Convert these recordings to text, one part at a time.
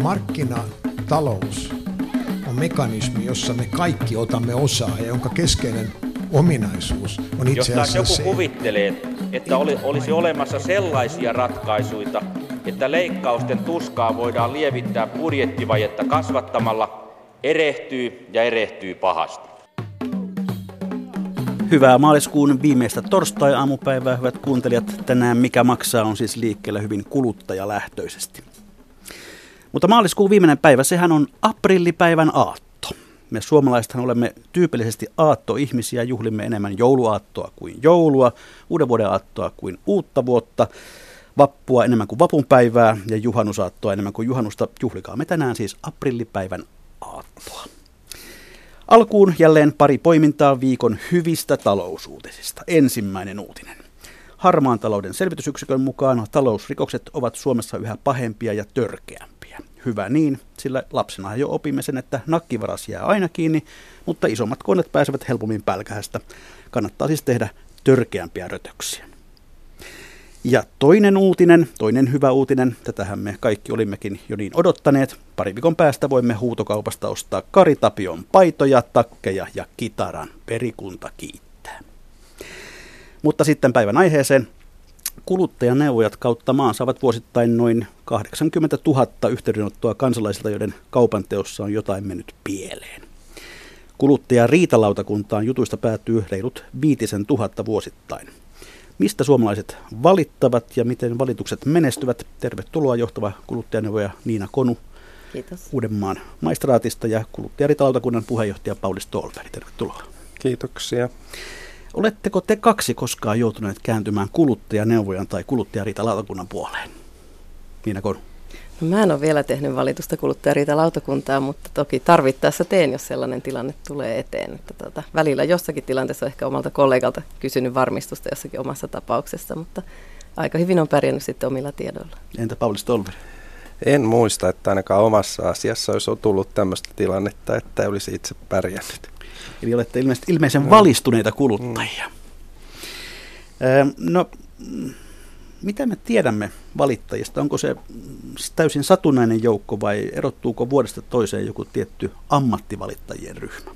markkinatalous on mekanismi, jossa me kaikki otamme osaa ja jonka keskeinen ominaisuus on itse asiassa jos joku kuvittelee, että olisi olemassa sellaisia ratkaisuja, että leikkausten tuskaa voidaan lievittää budjettivajetta kasvattamalla, erehtyy pahasti. Hyvää maaliskuun viimeistä torstai-aamupäivää, hyvät kuuntelijat. Tänään Mikä maksaa on siis liikkeellä hyvin kuluttajalähtöisesti. Mutta maaliskuun viimeinen päivä, sehän on aprillipäivän aatto. Me suomalaisethan olemme tyypillisesti aattoihmisiä, juhlimme enemmän jouluaattoa kuin joulua, uuden vuoden aattoa kuin uutta vuotta, vappua enemmän kuin vapunpäivää ja juhannusaattoa enemmän kuin juhannusta. Juhlikaamme tänään siis aprillipäivän aattoa. Alkuun jälleen pari poimintaa viikon hyvistä talousuutisista. Ensimmäinen uutinen. Harmaan talouden selvitysyksikön mukaan talousrikokset ovat Suomessa yhä pahempia ja törkeämpiä. Hyvä niin, sillä lapsena jo opimme sen, että nakkivaras jää aina kiinni, mutta isommat koneet pääsevät helpommin pälkähästä. Kannattaa siis tehdä törkeämpiä rötöksiä. Ja toinen hyvä uutinen, tätähän me kaikki olimmekin jo niin odottaneet. Pari viikon päästä voimme huutokaupasta ostaa Kari Tapion paitoja, takkeja ja kitaran. Perikunta kiittää. Mutta sitten päivän aiheeseen. Kuluttajaneuvojat kautta maan saavat vuosittain noin 80 000 yhteydenottoa kansalaisilta, joiden kaupanteossa on jotain mennyt pieleen. Kuluttajariitalautakuntaan jutuista päätyy reilut 5 000 vuosittain. Mistä suomalaiset valittavat ja miten valitukset menestyvät? Tervetuloa johtava kuluttajaneuvoja Niina Konu. Kiitos. Uudenmaan maistraatista ja kuluttajariitalautakunnan puheenjohtaja Pauli Ståhlberg. Tervetuloa. Kiitoksia. Oletteko te kaksi koskaan joutuneet kääntymään kuluttajaneuvojan tai kuluttajariitalautakunnan puoleen? Niina Konu. No, mä en ole vielä tehnyt valitusta kuluttajariitalautakuntaan, mutta toki tarvittaessa teen, jos sellainen tilanne tulee eteen. Että välillä jossakin tilanteessa ehkä omalta kollegalta kysynyt varmistusta jossakin omassa tapauksessa, mutta aika hyvin on pärjännyt sitten omilla tiedoilla. Entä Pauli Ståhlberg? En muista, että ainakaan omassa asiassa olisi tullut tämmöistä tilannetta, että ei olisi itse pärjännyt. Eli olette ilmeisen valistuneita kuluttajia. No, mitä me tiedämme valittajista? Onko se täysin satunnainen joukko vai erottuuko vuodesta toiseen joku tietty ammattivalittajien ryhmä?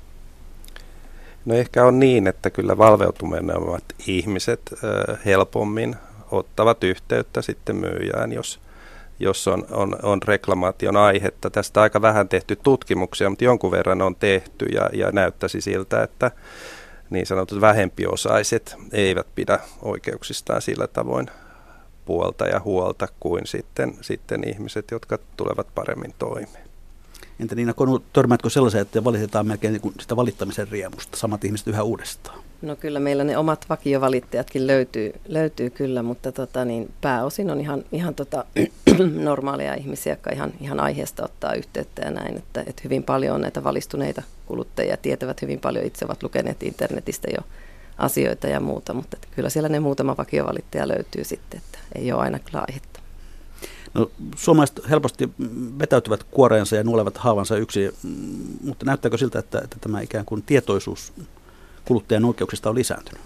No ehkä on niin, että kyllä valveutuneemmat ihmiset helpommin ottavat yhteyttä sitten myyjään, jos on reklamaation aihetta. Tästä aika vähän tehty tutkimuksia, mutta jonkun verran on tehty ja näyttäisi siltä, että niin sanotut vähempiosaiset eivät pidä oikeuksistaan sillä tavoin puolta ja huolta kuin sitten ihmiset, jotka tulevat paremmin toimeen. Entä Niina Konu, törmäätkö sellaiseen, että valitetaan melkein niin kuin sitä valittamisen riemusta, samat ihmiset yhä uudestaan? No kyllä meillä ne omat vakiovalittajatkin löytyy kyllä, mutta pääosin on ihan normaaleja ihmisiä, jotka ihan aiheesta ottaa yhteyttä ja näin, että hyvin paljon on näitä valistuneita kuluttajia, tietävät hyvin paljon, itse ovat lukeneet internetistä jo asioita ja muuta, mutta kyllä siellä ne muutama vakiovalittaja löytyy sitten, että ei ole aina kyllä aihetta. No, suomalaiset helposti vetäytyvät kuoreensa ja nuolevat haavansa yksin, mutta näyttääkö siltä, että tämä ikään kuin tietoisuus kuluttajan oikeuksista on lisääntynyt?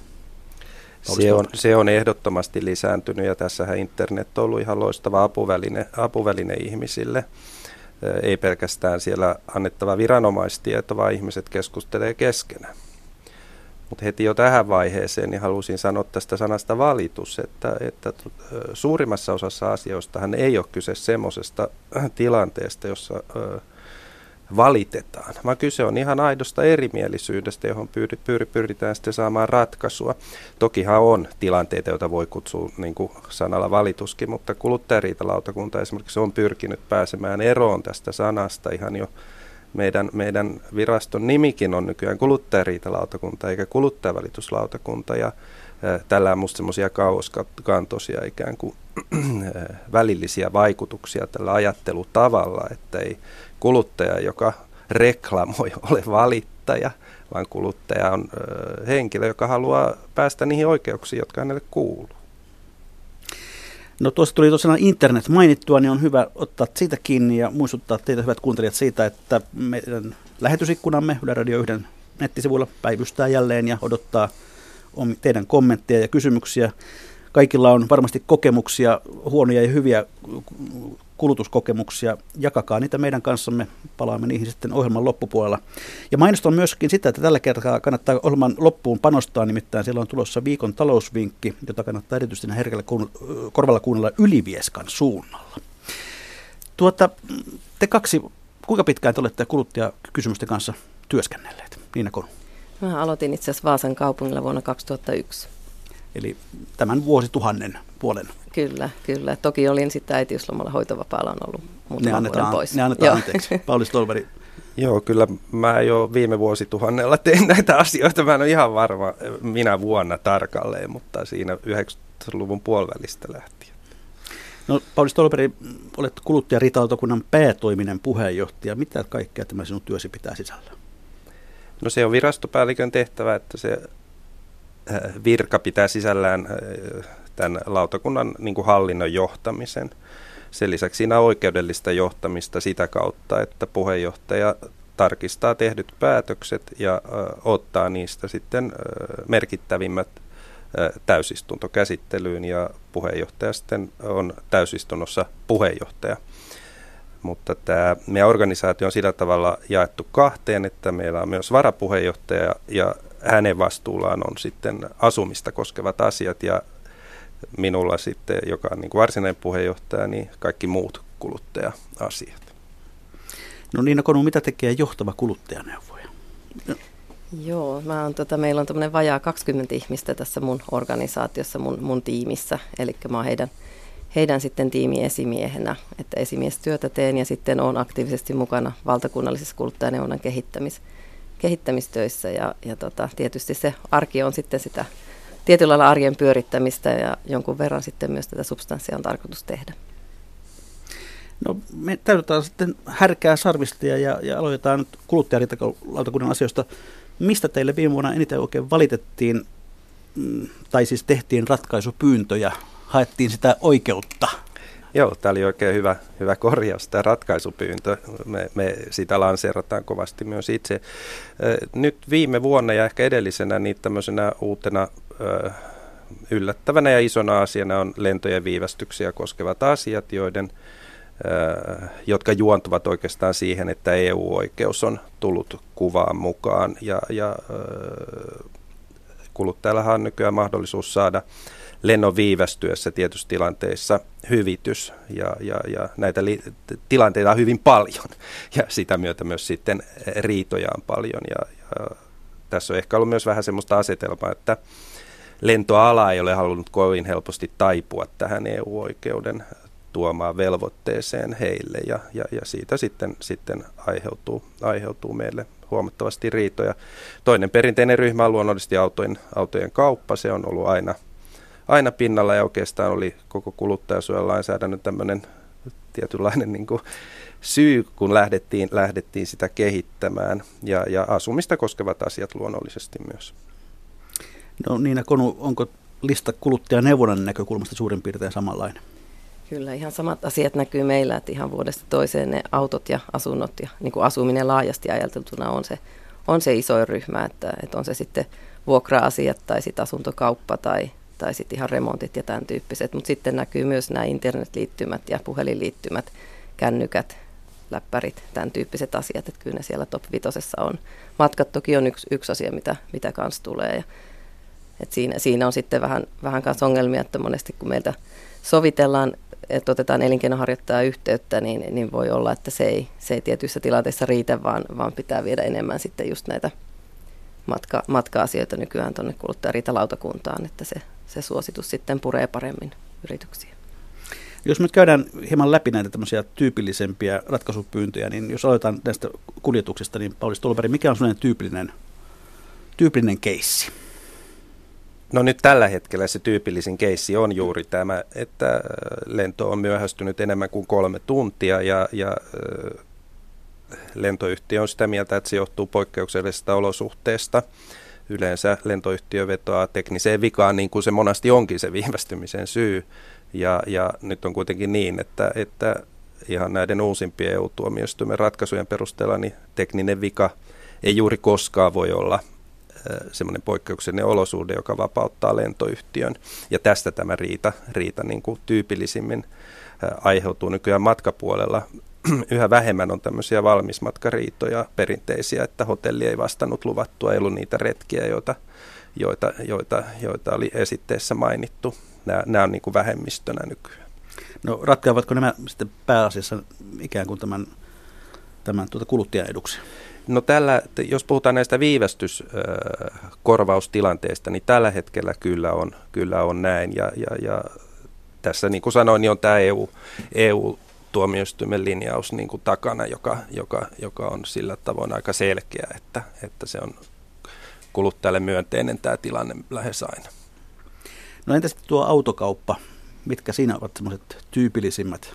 Se on ehdottomasti lisääntynyt ja tässähän internet on ollut ihan loistava apuväline ihmisille. Ei pelkästään siellä annettava viranomaistieto, vaan ihmiset keskustelee keskenään. Mutta heti jo tähän vaiheeseen niin halusin sanoa tästä sanasta valitus, että suurimmassa osassa asioistahan ei ole kyse semmoisesta tilanteesta, jossa valitetaan, vaan kyse on ihan aidosta erimielisyydestä, johon pyritään sitten saamaan ratkaisua. Tokihan on tilanteita, joita voi kutsua niin kuin sanalla valituskin, mutta kuluttajariitalautakunta esimerkiksi on pyrkinyt pääsemään eroon tästä sanasta ihan jo. Meidän viraston nimikin on nykyään kuluttajariitalautakunta eikä kuluttajavalituslautakunta ja tällä on musta semmoisia kauaskantoisia ikään kuin välillisiä vaikutuksia tällä ajattelutavalla, että ei kuluttaja, joka reklamoi, ole valittaja, vaan kuluttaja on henkilö, joka haluaa päästä niihin oikeuksiin, jotka hänelle kuuluu. No tuossa tuli tosiaan internet mainittua, niin on hyvä ottaa siitä kiinni ja muistuttaa teitä hyvät kuuntelijat siitä, että meidän lähetysikkunamme Yle Radio 1 nettisivuilla päivystää jälleen ja odottaa teidän kommentteja ja kysymyksiä. Kaikilla on varmasti kokemuksia, huonoja ja hyviä kulutuskokemuksia. Jakakaa niitä meidän kanssamme, palaamme niihin sitten ohjelman loppupuolella. Ja mainostan myöskin sitä, että tällä kertaa kannattaa ohjelman loppuun panostaa, nimittäin siellä on tulossa viikon talousvinkki, jota kannattaa erityisesti herkällä korvalla kuunnella Ylivieskan suunnalla. Te kaksi, kuinka pitkään te olette kuluttajakysymysten kanssa työskennelleet? Niina Konu. Mä aloitin itse asiassa Vaasan kaupungilla vuonna 2001. Eli tämän vuosituhannen puolen. Kyllä. Toki olin sitten äitiyslomalla, hoitovapaalla on ollut muutaman vuoden pois. Ne annetaan anteeksi. Pauli Stolberg. Joo, kyllä mä jo viime vuosituhannella tein näitä asioita. Mä en ole ihan varma minä vuonna tarkalleen, mutta siinä 90-luvun puolivälistä lähtien. No, Pauli Stolberg, olet kuluttajariitalautakunnan päätoiminen puheenjohtaja. Mitä kaikkea tämä sinun työsi pitää sisällä? No se on virastopäällikön tehtävä, että se virka pitää sisällään tämän lautakunnan niin kuin hallinnon johtamisen. Sen lisäksi siinä on oikeudellista johtamista sitä kautta, että puheenjohtaja tarkistaa tehdyt päätökset ja ottaa niistä sitten merkittävimmät täysistuntokäsittelyyn, ja puheenjohtaja sitten on täysistunnossa puheenjohtaja. Mutta tämä meidän organisaatio on sillä tavalla jaettu kahteen, että meillä on myös varapuheenjohtaja ja hänen vastuullaan on sitten asumista koskevat asiat, ja minulla sitten, joka on niin kuin varsinainen puheenjohtaja, niin kaikki muut kuluttaja-asiat. No Niina Konu, mitä tekee johtava kuluttajaneuvoja? Joo, meillä on tämmöinen vajaa 20 ihmistä tässä mun organisaatiossa, mun tiimissä, eli mä oon heidän sitten tiimiesimiehenä, että esimiestyötä teen ja sitten olen aktiivisesti mukana valtakunnallisessa kuluttajaneuvonnan kehittämistöissä ja tietysti se arki on sitten sitä tietyllä lailla arjen pyörittämistä ja jonkun verran sitten myös tätä substanssia on tarkoitus tehdä. No, me täytetään sitten härkää sarvista ja aloitetaan nyt kuluttajariitalautakunnan asioista. Mistä teille viime vuonna eniten oikein valitettiin, tai siis tehtiin ratkaisupyyntöjä, haettiin sitä oikeutta? Joo, tämä oli oikein hyvä korjaus, tämä ratkaisupyyntö. Me sitä lanseerataan kovasti myös itse. Nyt viime vuonna ja ehkä edellisenä niin tämmöisenä uutena yllättävänä ja isona asiana on lentojen viivästyksiä koskevat asiat, jotka juontuvat oikeastaan siihen, että EU-oikeus on tullut kuvaan mukaan ja kuluttajallahan on nykyään mahdollisuus saada lennon viivästyessä tietyissä tilanteissa hyvitys ja näitä tilanteita on hyvin paljon ja sitä myötä myös sitten riitoja on paljon ja tässä on ehkä ollut myös vähän semmoista asetelmaa, että lentoala ei ole halunnut kovin helposti taipua tähän EU-oikeuden tuomaan velvoitteeseen heille ja siitä sitten aiheutuu meille huomattavasti riitoja. Toinen perinteinen ryhmä on luonnollisesti autojen kauppa, se on ollut aina pinnalla ja oikeastaan oli koko kuluttajasuojalainsäädännön tämmöinen tietynlainen niin kuin syy, kun lähdettiin sitä kehittämään ja asumista koskevat asiat luonnollisesti myös. No Niina Konu, onko lista kuluttajaneuvonnan näkökulmasta suurin piirtein samanlainen? Kyllä, ihan samat asiat näkyy meillä, että ihan vuodesta toiseen ne autot ja asunnot ja niin kuin asuminen laajasti ajateltuna on se isoin ryhmä, että on se sitten vuokra-asiat tai sitten asuntokauppa tai sitten ihan remontit ja tämän tyyppiset, mutta sitten näkyy myös nämä internetliittymät ja puhelinliittymät, kännykät, läppärit, tämän tyyppiset asiat, että kyllä ne siellä top 5 on. Matkat toki on yksi asia, mitä kanssa tulee. Ja, että siinä on sitten vähän kanssa ongelmia, että monesti kun meiltä sovitellaan, että otetaan elinkeinoharjoittaja yhteyttä, niin voi olla, että se ei tietyissä tilanteissa riitä, vaan pitää viedä enemmän sitten just näitä matka-asioita nykyään tuonne kuluttajariitalautakuntaan, että se suositus sitten puree paremmin yrityksiä. Jos nyt käydään hieman läpi näitä tämmöisiä tyypillisempiä ratkaisupyyntöjä, niin jos aloitetaan näistä kuljetuksista, niin Pauli Stolberg, mikä on sellainen tyypillinen keissi? No nyt tällä hetkellä se tyypillisin keissi on juuri tämä, että lento on myöhästynyt enemmän kuin 3 tuntia ja lentoyhtiö on sitä mieltä, että se johtuu poikkeuksellisesta olosuhteesta. Yleensä lentoyhtiö vetoaa tekniseen vikaan, niin kuin se monasti onkin se viivästymisen syy. Ja nyt on kuitenkin niin, että ihan näiden uusimpien EU-tuomioistuimen ratkaisujen perusteella niin tekninen vika ei juuri koskaan voi olla semmoinen poikkeuksellinen olosuhde, joka vapauttaa lentoyhtiön. Ja tästä tämä riita niin kuin tyypillisimmin aiheutuu nykyään matkapuolella. Yhä vähemmän on tämmöisiä valmismatkariitoja perinteisiä, että hotelli ei vastannut luvattua, ei ollut niitä retkiä, joita oli esitteessä mainittu. Nämä on niin kuin vähemmistönä nykyään. No ratkeavatko nämä sitten pääasiassa ikään kuin tämän kuluttajan eduksi? No jos puhutaan näistä viivästyskorvaustilanteista, niin tällä hetkellä kyllä on näin. Ja tässä niin kuin sanoin, niin on tämä EU-tuomioistuimen linjaus niin kuin takana, joka on sillä tavoin aika selkeä, että se on kuluttajalle myönteinen tämä tilanne lähes aina. No entä sitten tuo autokauppa? Mitkä siinä ovat sellaiset tyypillisimmät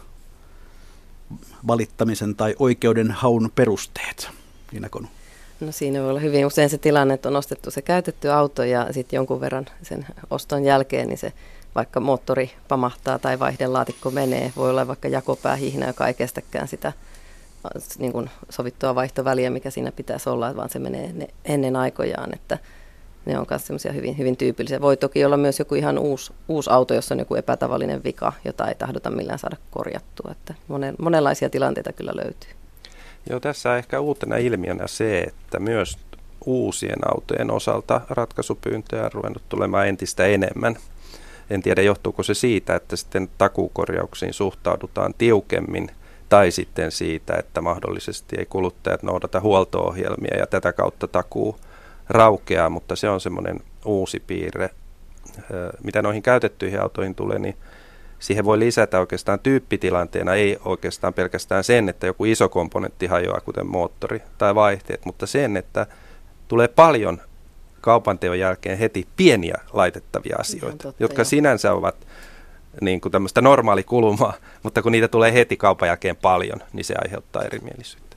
valittamisen tai oikeudenhaun perusteet? No siinä voi olla hyvin usein se tilanne, että on ostettu se käytetty auto ja sitten jonkun verran sen oston jälkeen niin se vaikka moottori pamahtaa tai vaihdelaatikko menee. Voi olla vaikka jakopäähihna, joka ei kestäkään sitä niin kuin sovittua vaihtoväliä, mikä siinä pitäisi olla, vaan se menee ennen aikojaan, että ne on myös semmoisia hyvin, hyvin tyypillisiä. Voi toki olla myös joku ihan uusi auto, jossa on joku epätavallinen vika, jota ei tahdota millään saada korjattua. Että monenlaisia tilanteita kyllä löytyy. Joo, tässä on ehkä uutena ilmiönä se, että myös uusien autojen osalta ratkaisupyyntöjä on ruvennut tulemaan entistä enemmän. En tiedä, johtuuko se siitä, että sitten takuukorjauksiin suhtaudutaan tiukemmin, tai sitten siitä, että mahdollisesti ei kuluttajat noudata huolto-ohjelmia ja tätä kautta takuu raukeaa, mutta se on semmoinen uusi piirre. Mitä noihin käytettyihin autoihin tulee, niin siihen voi lisätä oikeastaan tyyppitilanteena, ei oikeastaan pelkästään sen, että joku iso komponentti hajoaa, kuten moottori tai vaihteet, mutta sen, että tulee paljon kaupanteon jälkeen heti pieniä laitettavia asioita, jotka sinänsä ovat niin kuin tämmöistä normaalikulumaa, mutta kun niitä tulee heti kaupan jälkeen paljon, niin se aiheuttaa erimielisyyttä.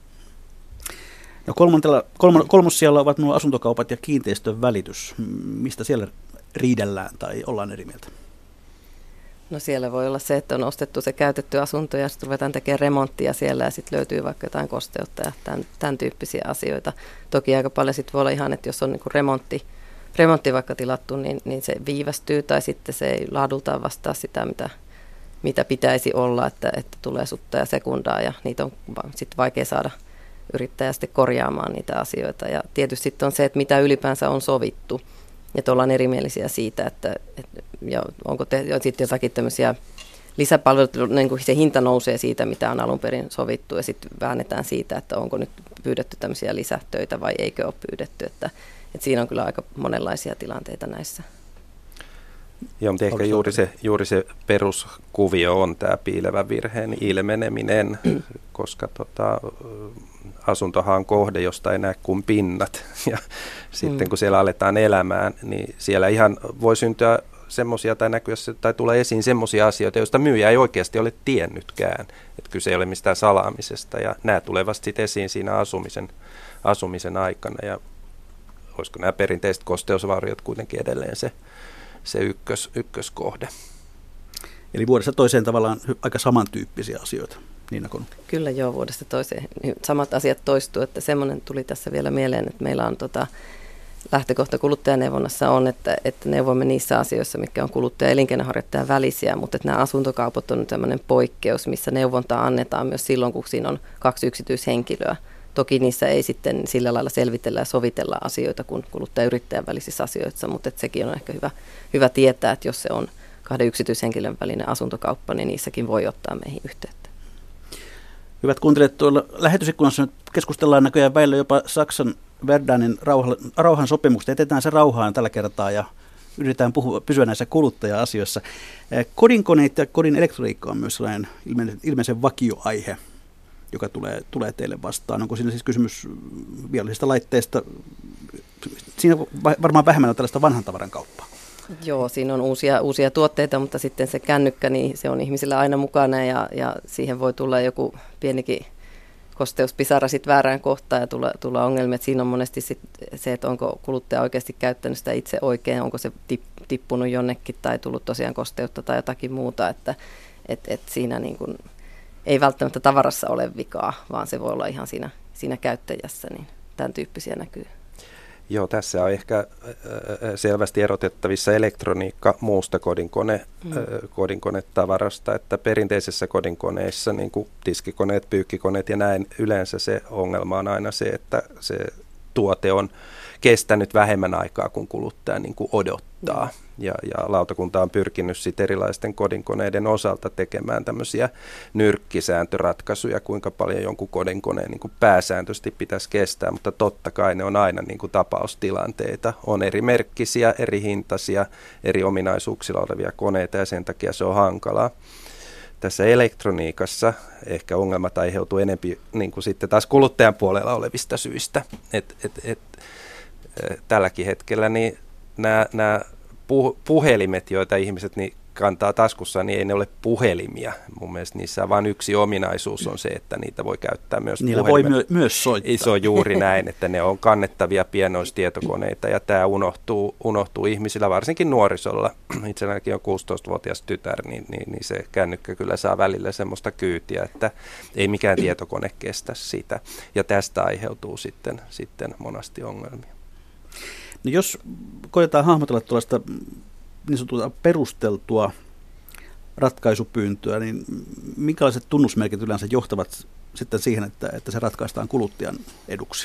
No kolmossijalla ovat nuo asuntokaupat ja kiinteistön välitys. Mistä siellä riidellään tai ollaan eri mieltä? No siellä voi olla se, että on ostettu se käytetty asunto ja sitten ruvetaan tekemään remonttia siellä ja sitten löytyy vaikka jotain kosteutta ja tämän tyyppisiä asioita. Toki aika paljon sitten voi olla ihan, että jos on niin kuin remontti vaikka tilattu, niin se viivästyy tai sitten se ei laadultaan vastaa sitä, mitä pitäisi olla, että tulee sutta ja sekundaa ja niitä on sitten vaikea saada yrittäjä sitten korjaamaan niitä asioita. Ja tietysti sitten on se, että mitä ylipäänsä on sovittu. Että ollaan erimielisiä siitä, ja onko sitten jotakin tämmöisiä lisäpalveluita, niin kuin se hinta nousee siitä, mitä on alun perin sovittu, ja sitten väännetään siitä, että onko nyt pyydetty tämmöisiä lisätöitä vai eikö ole pyydetty. Että siinä on kyllä aika monenlaisia tilanteita näissä. Joo, mutta ehkä juuri se peruskuvio on tämä piilevän virheen ilmeneminen, koska asuntohan on kohde, josta ei näe kuin pinnat. Ja sitten kun siellä aletaan elämään, niin siellä ihan voi syntyä semmoisia tai näkyä tai tulla esiin semmoisia asioita, joista myyjä ei oikeasti ole tiennytkään. Että kyse ei ole mistään salaamisesta ja nämä tulevat sitten esiin siinä asumisen aikana. Ja olisiko nämä perinteiset kosteusvauriot kuitenkin edelleen se ykköskohde. Eli vuodesta toiseen tavallaan aika samantyyppisiä asioita. Niina Konu. Kyllä joo, vuodesta toiseen. Samat asiat toistuu, että semmoinen tuli tässä vielä mieleen, että meillä on lähtökohta kuluttajaneuvonnassa on, että neuvomme niissä asioissa, mitkä on kuluttaja- ja elinkeinoharjoittajan välisiä, mutta että nämä asuntokaupat on tämmöinen poikkeus, missä neuvontaa annetaan myös silloin, kun siinä on 2 yksityishenkilöä. Toki niissä ei sitten sillä lailla selvitellä ja sovitella asioita kuin kuluttaja- ja yrittäjän välisissä asioissa, mutta että sekin on ehkä hyvä tietää, että jos se on 2 yksityishenkilön välinen asuntokauppa, niin niissäkin voi ottaa meihin yhteyttä. Hyvät kuuntelijat, tuolla lähetysikkunassa nyt keskustellaan näköjään välillä jopa Saksan Verdanin rauhan sopimuksesta. Etetään se rauhaan tällä kertaa ja yritetään pysyä näissä kuluttaja-asioissa. Kodinkoneet ja kodin elektroniikka on myös sellainen ilmeisen vakioaihe, joka tulee teille vastaan. Onko siinä siis kysymys viallisista laitteista? Siinä varmaan vähemmän on tällaista vanhan tavaran kauppaa. Joo, siinä on uusia tuotteita, mutta sitten se kännykkä, niin se on ihmisillä aina mukana ja siihen voi tulla joku pienikin kosteuspisara sitten väärään kohtaan ja tulla ongelmia. Et siinä on monesti se, että onko kuluttaja oikeasti käyttänyt sitä itse oikein, onko se tippunut jonnekin tai tullut tosiaan kosteutta tai jotakin muuta, että siinä niin kun ei välttämättä tavarassa ole vikaa, vaan se voi olla ihan siinä käyttäjässä, niin tämän tyyppisiä näkyy. Joo, tässä on ehkä selvästi erotettavissa elektroniikka muusta kodinkonetavarasta, että perinteisessä kodinkoneissa, niin kuin tiskikoneet, pyykkikoneet ja näin, yleensä se ongelma on aina se, että se tuote on kestänyt vähemmän aikaa kuin kuluttaja niin kuin odottaa. Ja lautakunta on pyrkinyt sitten erilaisten kodinkoneiden osalta tekemään tämmöisiä nyrkkisääntöratkaisuja, kuinka paljon jonkun kodinkoneen niin kuin pääsääntöisesti pitäisi kestää, mutta totta kai ne on aina niin kuin tapaustilanteita. On eri merkkisiä, eri hintaisia, eri ominaisuuksilla olevia koneita ja sen takia se on hankalaa. Tässä elektroniikassa ehkä ongelmat aiheutuu enemmän niin kuin sitten taas kuluttajan puolella olevista syistä. Tälläkin hetkellä niin nämä puhelimet, joita ihmiset niin kantaa taskussaan, niin ei ne ole puhelimia. Mun mielestä niissä vain yksi ominaisuus on se, että niitä voi käyttää myös niillä puhelimet. voi myös soittaa. Se on juuri näin, että ne on kannettavia pienoistietokoneita ja tämä unohtuu ihmisillä, varsinkin nuorisolla. Itselläkin on 16-vuotias tytär, niin se kännykkä kyllä saa välillä semmoista kyytiä, että ei mikään tietokone kestä sitä. Ja tästä aiheutuu sitten monasti ongelmia. No jos koetaan hahmotella tuollaista niin sanotusta perusteltua ratkaisupyyntöä, niin minkälaiset tunnusmerkit yleensä johtavat sitten siihen, että se ratkaistaan kuluttajan eduksi?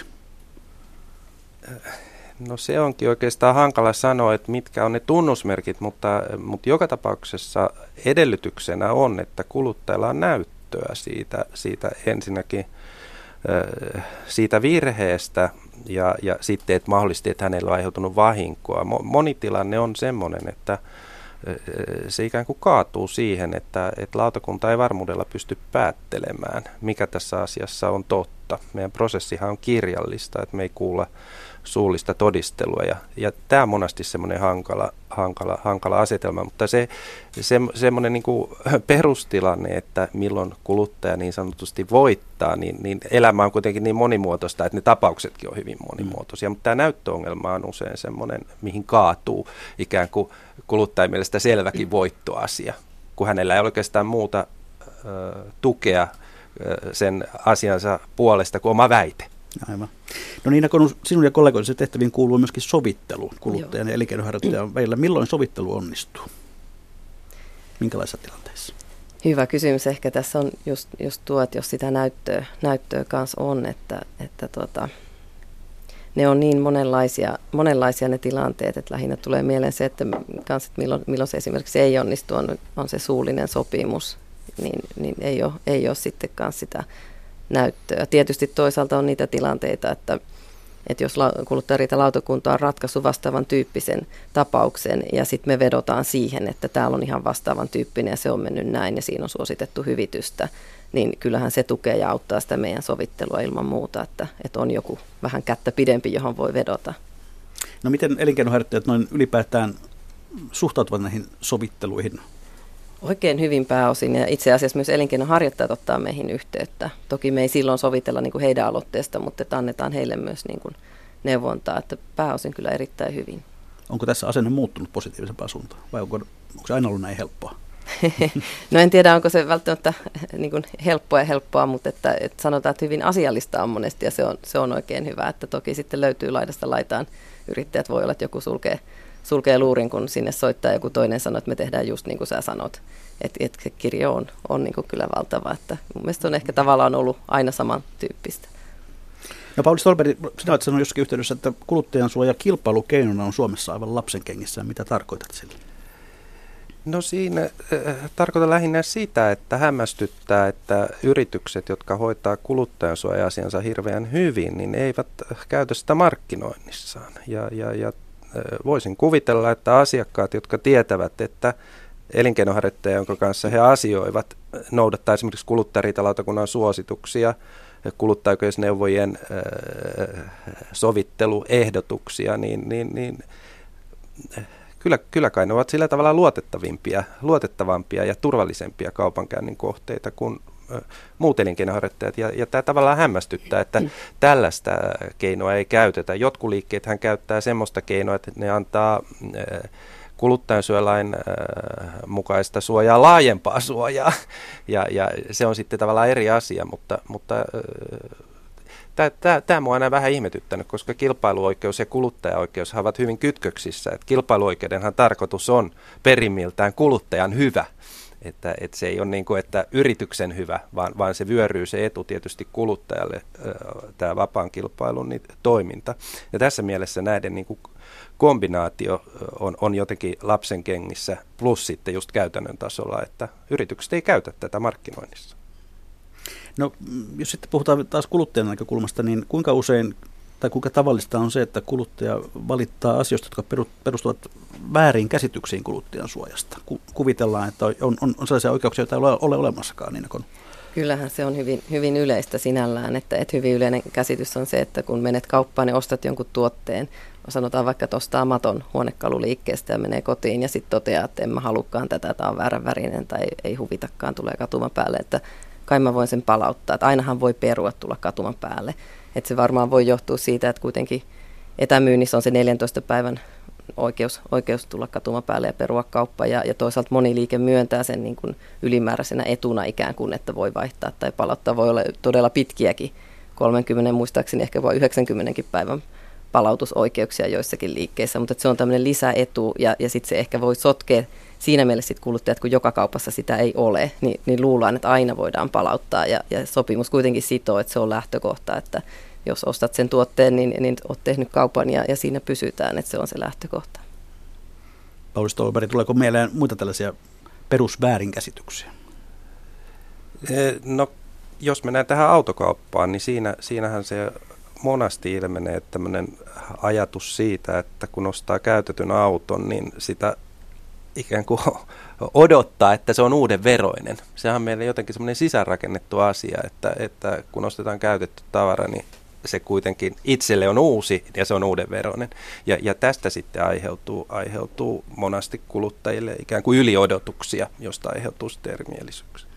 No se onkin oikeastaan hankala sanoa, että mitkä on ne tunnusmerkit, mutta joka tapauksessa edellytyksenä on, että kuluttajalla on näyttöä siitä ensinnäkin siitä virheestä ja sitten, että mahdollisesti, että hänellä on aiheutunut vahinkoa. Moni tilanne on semmoinen, että se ikään kuin kaatuu siihen, että lautakunta ei varmuudella pysty päättelemään, mikä tässä asiassa on totta. Meidän prosessihan on kirjallista, että me ei kuulla suullista todistelua ja tämä on monasti semmoinen hankala asetelma, mutta semmoinen niin kuin perustilanne, että milloin kuluttaja niin sanotusti voittaa, niin elämä on kuitenkin niin monimuotoista, että ne tapauksetkin on hyvin monimuotoisia, mutta tämä näyttöongelma on usein semmoinen, mihin kaatuu ikään kuin kuluttajan mielestä selväkin voittoasia, kun hänellä ei ole oikeastaan muuta tukea sen asiansa puolesta kuin oma väite. Aivan. No Niina Konu, sinun ja kollegoiden tehtäviin kuuluu myöskin sovittelu kuluttajan ja elinkeinoharjoittajan välillä. Milloin sovittelu onnistuu? Minkälaisissa tilanteissa? Hyvä kysymys. Ehkä tässä on just tuo, että jos sitä näyttöä kanssa on, että ne on niin monenlaisia ne tilanteet, että lähinnä tulee mieleen se, että milloin se esimerkiksi ei onnistu, on se suullinen sopimus, niin ei ole sitten kanssa sitä näyttöä. Tietysti toisaalta on niitä tilanteita, että jos kuluttajariitalautakunta on ratkaissut vastaavan tyyppisen tapauksen ja sitten me vedotaan siihen, että täällä on ihan vastaavan tyyppinen ja se on mennyt näin ja siinä on suositettu hyvitystä, niin kyllähän se tukee ja auttaa sitä meidän sovittelua ilman muuta, että on joku vähän kättä pidempi, johon voi vedota. No miten elinkeinoharjoittajat noin ylipäätään suhtautuvat näihin sovitteluihin? Oikein hyvin pääosin ja itse asiassa myös elinkeinoharjoittajat ottaa meihin yhteyttä. Toki me ei silloin sovitella niin kuin heidän aloitteesta, mutta että annetaan heille myös niin kuin neuvontaa, että pääosin kyllä erittäin hyvin. Onko tässä asenne muuttunut positiivisempaan suuntaan vai onko se aina ollut näin helppoa? No en tiedä, onko se välttämättä niin kuin helppoa, mutta että sanotaan, että hyvin asiallista on monesti ja se on oikein hyvä. Että toki sitten löytyy laidasta laitaan yrittäjät, voi olla, että joku sulkee luurin, kun sinne soittaa joku toinen sanoo, että me tehdään just niin kuin sä sanot. Että se kirjo on niin kuin kyllä valtava. Että mun mielestä on ehkä tavallaan ollut aina samantyyppistä. No Pauli Stolberg, sinä olet sanonut jossakin yhteydessä, että kuluttajansuoja kilpailukeinona on Suomessa aivan lapsenkengissä. Mitä tarkoitat sillä? No siinä tarkoitan lähinnä sitä, että hämmästyttää, että yritykset, jotka hoitaa kuluttajansuoja-asiansa hirveän hyvin, niin eivät käytä sitä markkinoinnissaan. Ja voisin kuvitella, että asiakkaat, jotka tietävät, että elinkeinoharjoittaja, jonka kanssa he asioivat, noudattaa esimerkiksi kuluttajariitalautakunnan suosituksia, kuluttajaoikeusneuvojien sovitteluehdotuksia, niin kyllä kai ne ovat sillä tavalla luotettavampia ja turvallisempia kaupankäynnin kohteita kuin muut elinkeinoharjoittajat. Ja tämä tavallaan hämmästyttää, että tällaista keinoa ei käytetä. Jotkut liikkeethän käyttää semmoista keinoa, että ne antaa kuluttajansuojalain mukaista suojaa laajempaa suojaa. Ja se on sitten tavallaan eri asia, mutta Tämä mua on aina vähän ihmetyttänyt, koska kilpailuoikeus ja kuluttajaoikeus ovat hyvin kytköksissä. Et kilpailuoikeudenhan tarkoitus on perimmiltään kuluttajan hyvä. Että se ei ole niin kuin, että yrityksen hyvä, vaan se vyöryy se etu tietysti kuluttajalle, tämä vapaan kilpailun toiminta. Ja tässä mielessä näiden niin kuin kombinaatio on jotenkin lapsen kengissä, plus sitten just käytännön tasolla, että yritykset ei käytä tätä markkinoinnissa. No, jos sitten puhutaan taas kuluttajan näkökulmasta, niin kuinka usein tai kuinka tavallista on se, että kuluttaja valittaa asioista, jotka perustuvat väärin käsityksiin kuluttajan suojasta? Kuvitellaan, että on sellaisia oikeuksia, joita ei ole olemassakaan. Niin kuin. Kyllähän se on hyvin, hyvin yleistä sinällään, että hyvin yleinen käsitys on se, että kun menet kauppaan ja ostat jonkun tuotteen, sanotaan vaikka, että ostaa maton huonekaluliikkeestä ja menee kotiin ja sitten toteaa, että en mä halukkaan tätä, tämä on väärän värinen tai ei huvitakaan, tulee katuman päälle, että kai mä voin sen palauttaa, että ainahan voi perua tulla katuman päälle. Että se varmaan voi johtua siitä, että kuitenkin etämyynnissä on se 14 päivän oikeus tulla katuman päälle ja perua kauppa. Ja toisaalta moni liike myöntää sen niin kuin ylimääräisenä etuna ikään kuin, että voi vaihtaa tai palauttaa. Voi olla todella pitkiäkin, 30 muistaakseni ehkä voi 90 päivän palautusoikeuksia joissakin liikkeissä. Mutta se on tämmöinen lisäetu ja sitten se ehkä voi sotkea siinä mielessä sit kuluttajat, kun joka kaupassa sitä ei ole, niin luullaan, että aina voidaan palauttaa. Ja sopimus kuitenkin sitoo, että se on lähtökohta, että jos ostat sen tuotteen, niin olet tehnyt kaupan ja siinä pysytään, että se on se lähtökohta. Pauli Stolberg, tuleeko mieleen muita tällaisia perusväärinkäsityksiä? No, jos mennään tähän autokauppaan, niin siinähän se monasti ilmenee tämmöinen ajatus siitä, että kun ostaa käytetyn auton, niin sitä ikään kuin odottaa, että se on uuden veroinen. Sehän on meille jotenkin semmoinen sisäänrakennettu asia, että kun ostetaan käytetty tavara, niin se kuitenkin itselle on uusi ja se on uuden veroinen. Ja tästä sitten aiheutuu monasti kuluttajille ikään kuin yliodotuksia, josta aiheutuu sitten erimielisyyksiä.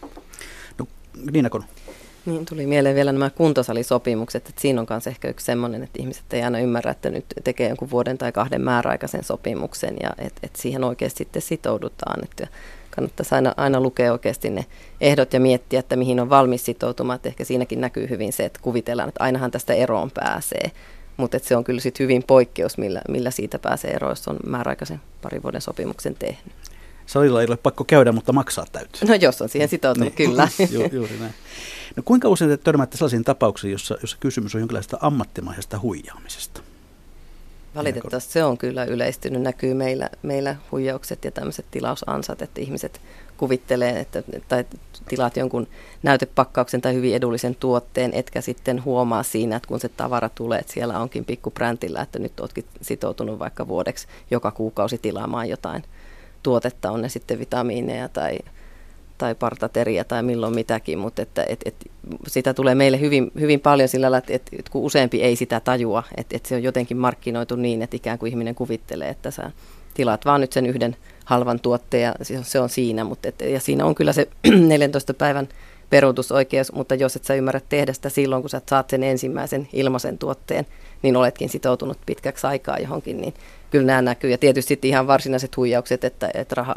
No, Niina Kono. Niin, tuli mieleen vielä nämä kuntosalisopimukset, että siinä on myös ehkä yksi semmoinen, että ihmiset ei aina ymmärrä, että nyt tekee jonkun vuoden tai 2 määräaikaisen sopimuksen ja että siihen oikeasti sitten sitoudutaan. Että kannattaisi aina lukea oikeasti ne ehdot ja miettiä, että mihin on valmis sitoutumaan. Että ehkä siinäkin näkyy hyvin se, että kuvitellaan, että ainahan tästä eroon pääsee, mutta se on kyllä sitten hyvin poikkeus, millä siitä pääsee eroon, jos on määräaikaisen 2 vuoden sopimuksen tehnyt. Salilla ei ole pakko käydä, mutta maksaa täytyy. No jos on siihen sitoutunut, niin. Kyllä. Juuri näin. No kuinka usein te törmäätte sellaisiin tapauksiin, jossa kysymys on jonkinlaisesta ammattimaisesta huijaamisesta? Valitettavasti se on kyllä yleistynyt. Näkyy meillä huijaukset ja tämmöiset tilausansat, että ihmiset kuvittelee, tai tilaat jonkun näytepakkauksen tai hyvin edullisen tuotteen, etkä sitten huomaa siinä, että kun se tavara tulee, että siellä onkin pikku brändillä, että nyt oletkin sitoutunut vaikka vuodeksi joka kuukausi tilaamaan jotain tuotetta, on ne sitten vitamiineja tai partateria tai milloin mitäkin, mutta että sitä tulee meille hyvin, hyvin paljon sillä lailla, että kun useampi ei sitä tajua, että se on jotenkin markkinoitu niin, että ikään kuin ihminen kuvittelee, että sä tilaat vaan nyt sen yhden halvan tuotteen ja se on siinä, ja siinä on kyllä se 14 päivän peruutusoikeus, mutta jos et sä ymmärrä tehdä sitä silloin, kun sä saat sen ensimmäisen ilmaisen tuotteen, niin oletkin sitoutunut pitkäksi aikaa johonkin, niin kyllä nämä näkyy. Ja tietysti sitten ihan varsinaiset huijaukset, että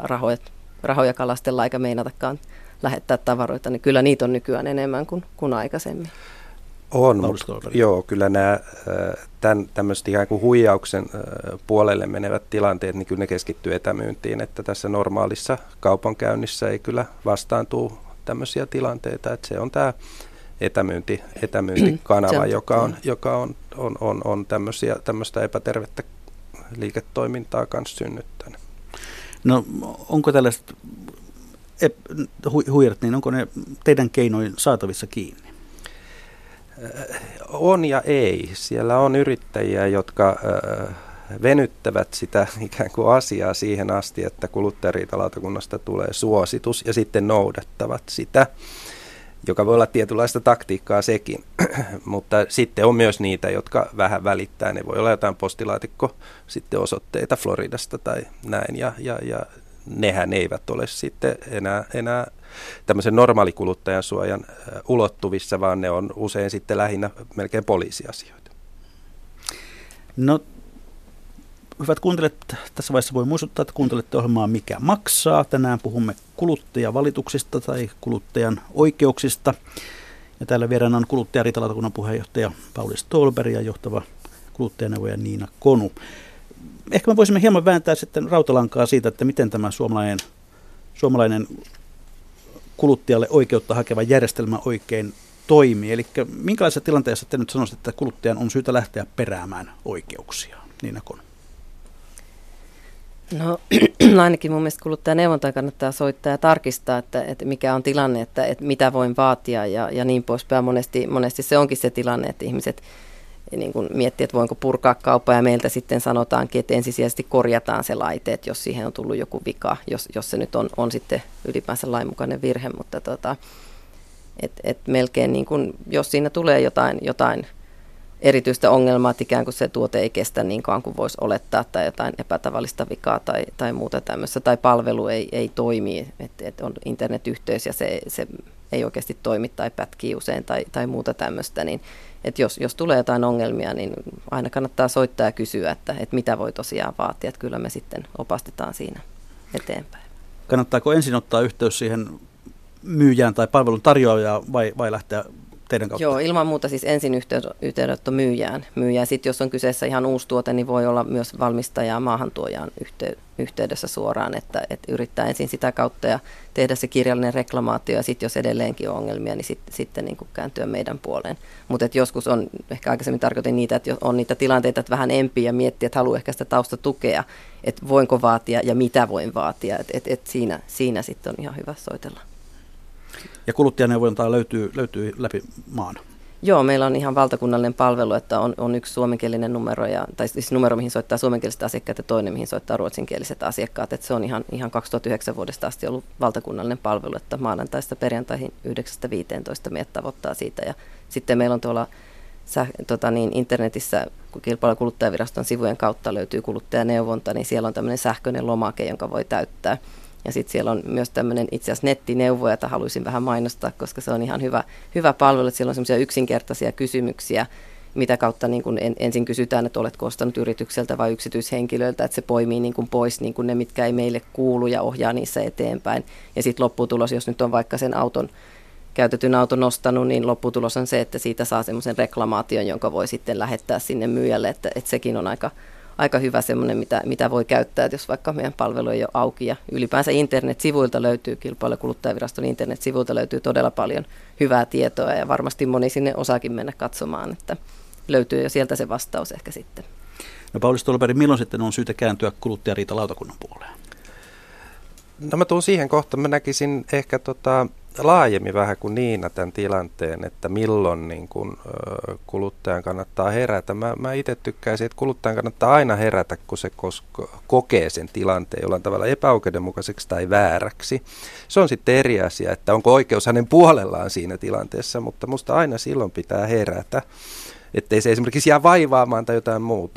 rahoja kalastellaan eikä meinatakaan lähettää tavaroita, niin kyllä niitä on nykyään enemmän kuin aikaisemmin. On, mutta joo, kyllä nämä tämmöiset ikään kuin huijauksen puolelle menevät tilanteet, niin kyllä ne keskittyy etämyyntiin, että tässä normaalissa kaupankäynnissä ei kyllä vastaantuu tämmöisiä tilanteita, että se on tämä etämyyntikanava, joka on tämmöistä epätervettä liiketoimintaa kanssa synnyttänyt. No onko tällaiset huijarit, niin onko ne teidän keinoin saatavissa kiinni? On ja ei. Siellä on yrittäjiä, jotka venyttävät sitä ikään kuin asiaa siihen asti, että kuluttajariitalautakunnasta tulee suositus ja sitten noudattavat sitä, joka voi olla tietynlaista taktiikkaa sekin, mutta sitten on myös niitä, jotka vähän välittää. Ne voi olla jotain postilaatikko sitten osoitteita Floridasta tai näin ja nehän eivät ole sitten enää tämmöisen normaalikuluttajan suojan ulottuvissa, vaan ne on usein sitten lähinnä melkein poliisiasioita. No, hyvät kuuntelijat, tässä vaiheessa voi muistuttaa, että kuuntelette ohjelmaa Mikä maksaa. Tänään puhumme kuluttajavalituksista tai kuluttajan oikeuksista. Ja täällä vieraana on kuluttajariitalautakunnan puheenjohtaja Pauli Ståhlberg ja johtava kuluttajaneuvoja Niina Konu. Ehkä me voisimme hieman vääntää sitten rautalankaa siitä, että miten tämä suomalainen kuluttajalle oikeutta hakeva järjestelmä oikein toimii. Eli minkälaisessa tilanteessa te nyt sanoisitte, että kuluttajan on syytä lähteä peräämään oikeuksiaan? Niina Konu. No ainakin mun mielestä kuluttajaneuvontaan kannattaa soittaa ja tarkistaa, että mikä on tilanne, että mitä voin vaatia ja niin poispäin. Monesti se onkin se tilanne, että ihmiset niin kun miettii, että voinko purkaa kauppaa ja meiltä sitten sanotaankin, että ensisijaisesti korjataan se laite, että jos siihen on tullut joku vika, jos se nyt on sitten ylipäänsä lainmukainen virhe, mutta melkein niin kun, jos siinä tulee jotain erityistä ongelmaa, että ikään kuin se tuote ei kestä niin kauan kuin voisi olettaa tai jotain epätavallista vikaa tai muuta tämmöistä, tai palvelu ei toimi, että on internetyhteys ja se ei oikeasti toimi tai pätkii usein tai muuta tämmöistä, niin että jos tulee jotain ongelmia, niin aina kannattaa soittaa ja kysyä, että mitä voi tosiaan vaatia, että kyllä me sitten opastetaan siinä eteenpäin. Kannattaako ensin ottaa yhteys siihen myyjään tai palvelun tarjoajaan vai lähteä teidän kautta? Joo, ilman muuta siis ensin yhteydenotto myyjään. Sitten jos on kyseessä ihan uusi tuote, niin voi olla myös valmistajaa maahantuojaan yhteydessä suoraan, että yrittää ensin sitä kautta ja tehdä se kirjallinen reklamaatio ja sitten jos edelleenkin on ongelmia, niin sitten niin kuin kääntyä meidän puoleen. Mutta joskus on, ehkä aikaisemmin tarkoitin niitä, että on niitä tilanteita, että vähän empii ja miettii, että haluaa ehkä sitä taustatukea, että voinko vaatia ja mitä voin vaatia, että siinä sitten on ihan hyvä soitella. Ja kuluttajaneuvontaa löytyy läpi maan. Joo, meillä on ihan valtakunnallinen palvelu, että on yksi suomenkielinen numero, tai siis numero, mihin soittaa suomenkieliset asiakkaat ja toinen, mihin soittaa ruotsinkieliset asiakkaat. Että se on ihan 2009 vuodesta asti ollut valtakunnallinen palvelu, että maanantaista perjantaihin 9-15 meidät tavoittaa siitä. Ja sitten meillä on tuolla internetissä, kun Kilpailu- ja kuluttajaviraston sivujen kautta löytyy kuluttajaneuvonta, niin siellä on tämmöinen sähköinen lomake, jonka voi täyttää. Ja sitten siellä on myös tämmöinen itse asiassa nettineuvoja, jota haluaisin vähän mainostaa, koska se on ihan hyvä palvelu, että siellä on semmoisia yksinkertaisia kysymyksiä, mitä kautta niin kun ensin kysytään, että oletko ostanut yritykseltä vai yksityishenkilöltä, että se poimii niin kun pois niin kun ne, mitkä ei meille kuulu ja ohjaa niissä eteenpäin. Ja sitten lopputulos, jos nyt on vaikka sen käytetyn auton ostanut, niin lopputulos on se, että siitä saa semmoisen reklamaation, jonka voi sitten lähettää sinne myyjälle, että sekin on aika hyvä semmoinen, mitä voi käyttää, että jos vaikka meidän palvelu ei ole auki. Ja ylipäänsä internetsivuilta löytyy, Kilpailu- ja kuluttajaviraston internetsivuilta löytyy todella paljon hyvää tietoa ja varmasti moni sinne osaakin mennä katsomaan, että löytyy jo sieltä se vastaus ehkä sitten. No Pauli Ståhlberg, milloin sitten on syytä kääntyä kuluttajariitalautakunnan puoleen? No mä tuun siihen kohtaan, mä näkisin ehkä laajemmin vähän kuin Niina tämän tilanteen, että milloin niin kun, kuluttajan kannattaa herätä. Mä itse tykkäisin, että kuluttajan kannattaa aina herätä, kun se kokee sen tilanteen jollain tavalla epäoikeudenmukaiseksi tai vääräksi. Se on sitten eri asia, että onko oikeus hänen puolellaan siinä tilanteessa, mutta musta aina silloin pitää herätä, ettei se esimerkiksi jää vaivaamaan tai jotain muuta.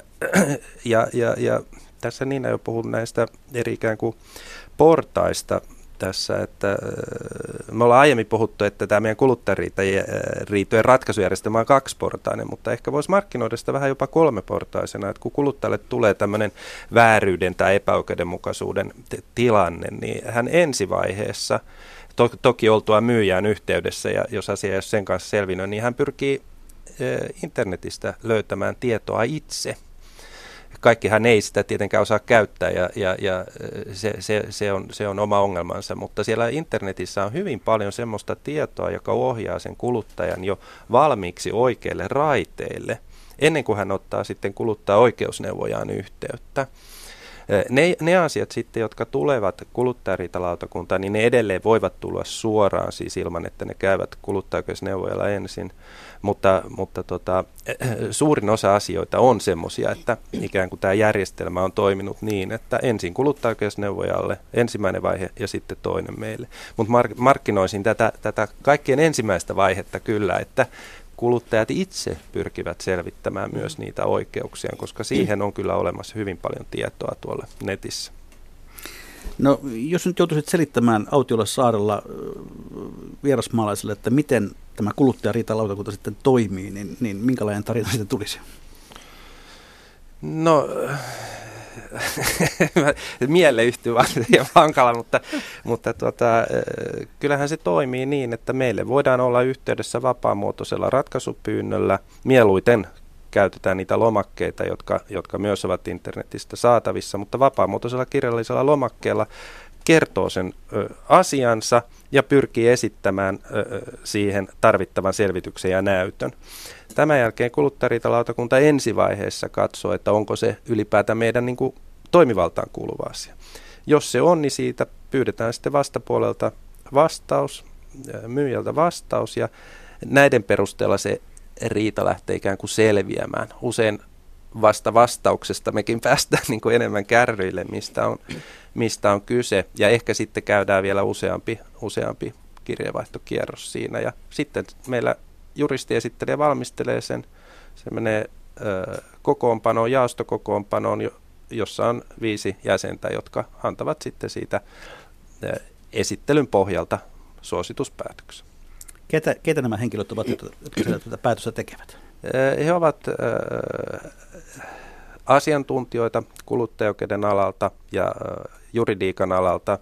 Ja tässä Niina jo puhui näistä eri ikään kuin portaista tässä, että me ollaan aiemmin puhuttu, että tämä meidän kuluttajariitojen ratkaisujärjestelmä on 2-portainen, mutta ehkä voisi markkinoida sitä vähän jopa 3-portaisena, että kun kuluttajalle tulee tämmöinen vääryyden tai epäoikeudenmukaisuuden tilanne, niin hän ensivaiheessa, toki oltua myyjään yhteydessä ja jos asia ei ole sen kanssa selvinnyt, niin hän pyrkii internetistä löytämään tietoa itse. Kaikkihan ei sitä tietenkään osaa käyttää ja se on oma ongelmansa, mutta siellä internetissä on hyvin paljon semmoista tietoa, joka ohjaa sen kuluttajan jo valmiiksi oikeille raiteille, ennen kuin hän ottaa sitten kuluttaja-oikeusneuvojaan yhteyttä. Ne asiat sitten, jotka tulevat kuluttajariitalautakuntaan, niin ne edelleen voivat tulla suoraan siis ilman, että ne käyvät kuluttaja-oikeusneuvojalla ensin. Mutta suurin osa asioita on semmoisia, että ikään kuin tämä järjestelmä on toiminut niin, että ensin kuluttaja-oikeusneuvojalle ensimmäinen vaihe ja sitten toinen meille. Mutta markkinoisin tätä kaikkien ensimmäistä vaihetta kyllä, että kuluttajat itse pyrkivät selvittämään myös niitä oikeuksia, koska siihen on kyllä olemassa hyvin paljon tietoa tuolla netissä. No jos nyt joutuisit selittämään Autiolla saarella vierasmaalaisille, että miten tämä kuluttajariitalautakunta sitten toimii, niin minkälainen tarina sitten tulisi? No mieleyhtyy vaan hankala, mutta kyllähän se toimii niin, että meille voidaan olla yhteydessä vapaamuotoisella ratkaisupyynnöllä. Mieluiten käytetään niitä lomakkeita, jotka myös ovat internetistä saatavissa, mutta vapaamuotoisella kirjallisella lomakkeella kertoo sen asiansa ja pyrkii esittämään siihen tarvittavan selvityksen ja näytön. Tämän jälkeen kuluttajariitalautakunta ensivaiheessa katsoo, että onko se ylipäätään meidän niin kuin toimivaltaan kuuluva asia. Jos se on, niin siitä pyydetään sitten vastapuolelta vastaus, myyjältä vastaus, ja näiden perusteella se riita lähtee ikään kuin selviämään. Usein vasta vastauksesta mekin päästään niin kuin enemmän kärryille, mistä on kyse, ja ehkä sitten käydään vielä useampi kirjeenvaihtokierros siinä, ja sitten meillä juristiesittelijä valmistelee sen, se menee kokoonpanoon, jaostokokoonpanoon, jossa on 5 jäsentä, jotka antavat sitten siitä esittelyn pohjalta suosituspäätöksen. Ketä nämä henkilöt ovat, jotka tätä päätöstä tekevät? He ovat asiantuntijoita kuluttajaoikeuden alalta ja juridiikan alalta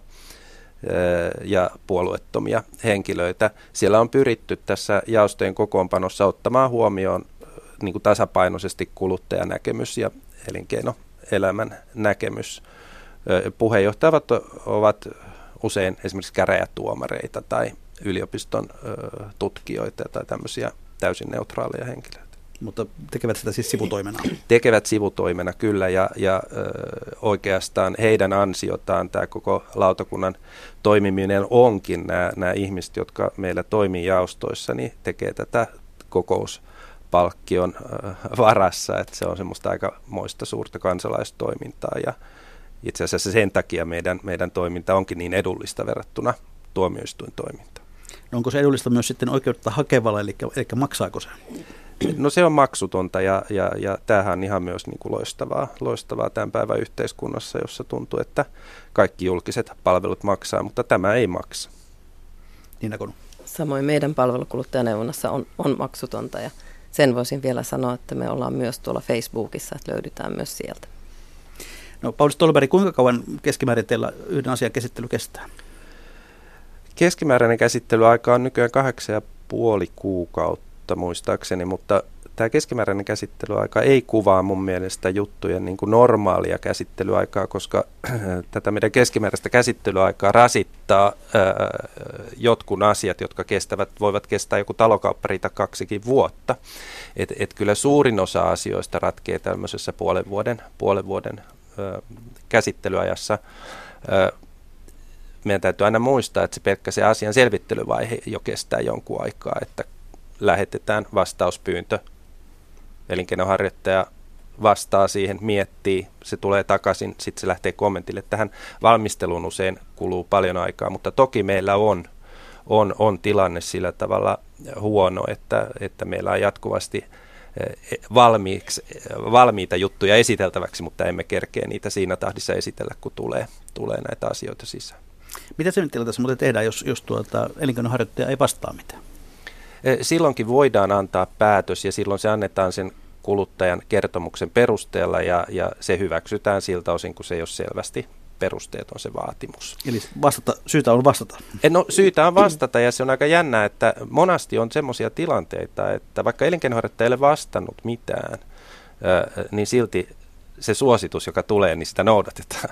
ja puolueettomia henkilöitä. Siellä on pyritty tässä jaostojen kokoonpanossa ottamaan huomioon niin kuin tasapainoisesti kuluttajanäkemys ja elinkeinoelämän näkemys. Puheenjohtajat ovat usein esimerkiksi käräjätuomareita tai yliopiston tutkijoita tai tämmöisiä täysin neutraaleja henkilöitä. Mutta tekevät sitä siis sivutoimena? Tekevät sivutoimena kyllä, ja oikeastaan heidän ansiotaan tämä koko lautakunnan toimiminen onkin. Nämä ihmiset, jotka meillä toimii jaostoissa, niin tekee tätä kokouspalkkion varassa, että se on semmoista aika moista suurta kansalaistoimintaa, ja itse asiassa sen takia meidän toiminta onkin niin edullista verrattuna tuomioistuintoimintaan. No onko se edullista myös sitten oikeutta hakevalle, eli maksaako se? No se on maksutonta, ja tämähän on ihan myös niin kuin loistavaa tämän päivän yhteiskunnassa, jossa tuntuu, että kaikki julkiset palvelut maksaa, mutta tämä ei maksa. Niina Konu. Samoin meidän palvelukuluttajaneuvonnassa on maksutonta, ja sen voisin vielä sanoa, että me ollaan myös tuolla Facebookissa, että löydetään myös sieltä. No Pauli Stolberg, kuinka kauan keskimäärin teillä yhden asian käsittely kestää? Keskimääräinen käsittelyaika on nykyään 8,5 kuukautta muistaakseni, mutta tämä keskimääräinen käsittelyaika ei kuvaa mun mielestä juttujen niin kuin normaalia käsittelyaikaa, koska tätä meidän keskimääräistä käsittelyaikaa rasittaa jotkut asiat, jotka voivat kestää joku talokauppariita 2 vuotta. Et kyllä suurin osa asioista ratkee tämmöisessä puolen vuoden käsittelyajassa. Meidän täytyy aina muistaa, että se pelkkä se asian selvittelyvaihe jo kestää jonkun aikaa, että lähetetään vastauspyyntö, elinkeinoharjoittaja vastaa siihen, miettii, se tulee takaisin, sitten se lähtee kommentille. Tähän valmisteluun usein kuluu paljon aikaa, mutta toki meillä on tilanne sillä tavalla huono, että meillä on jatkuvasti valmiita juttuja esiteltäväksi, mutta emme kerkeä niitä siinä tahdissa esitellä, kun tulee näitä asioita sisään. Mitä sen tilanteessa muuten tehdään, jos elinkeinoharjoittaja ei vastaa mitään? Silloinkin voidaan antaa päätös, ja silloin se annetaan sen kuluttajan kertomuksen perusteella, ja se hyväksytään siltä osin, kun se ei ole selvästi perusteeton se vaatimus. Eli syytä on vastata? No syytä on vastata, ja se on aika jännää, että monasti on semmoisia tilanteita, että vaikka elinkeinoharjoittaja ei ole vastannut mitään, niin silti se suositus, joka tulee, niin sitä noudatetaan.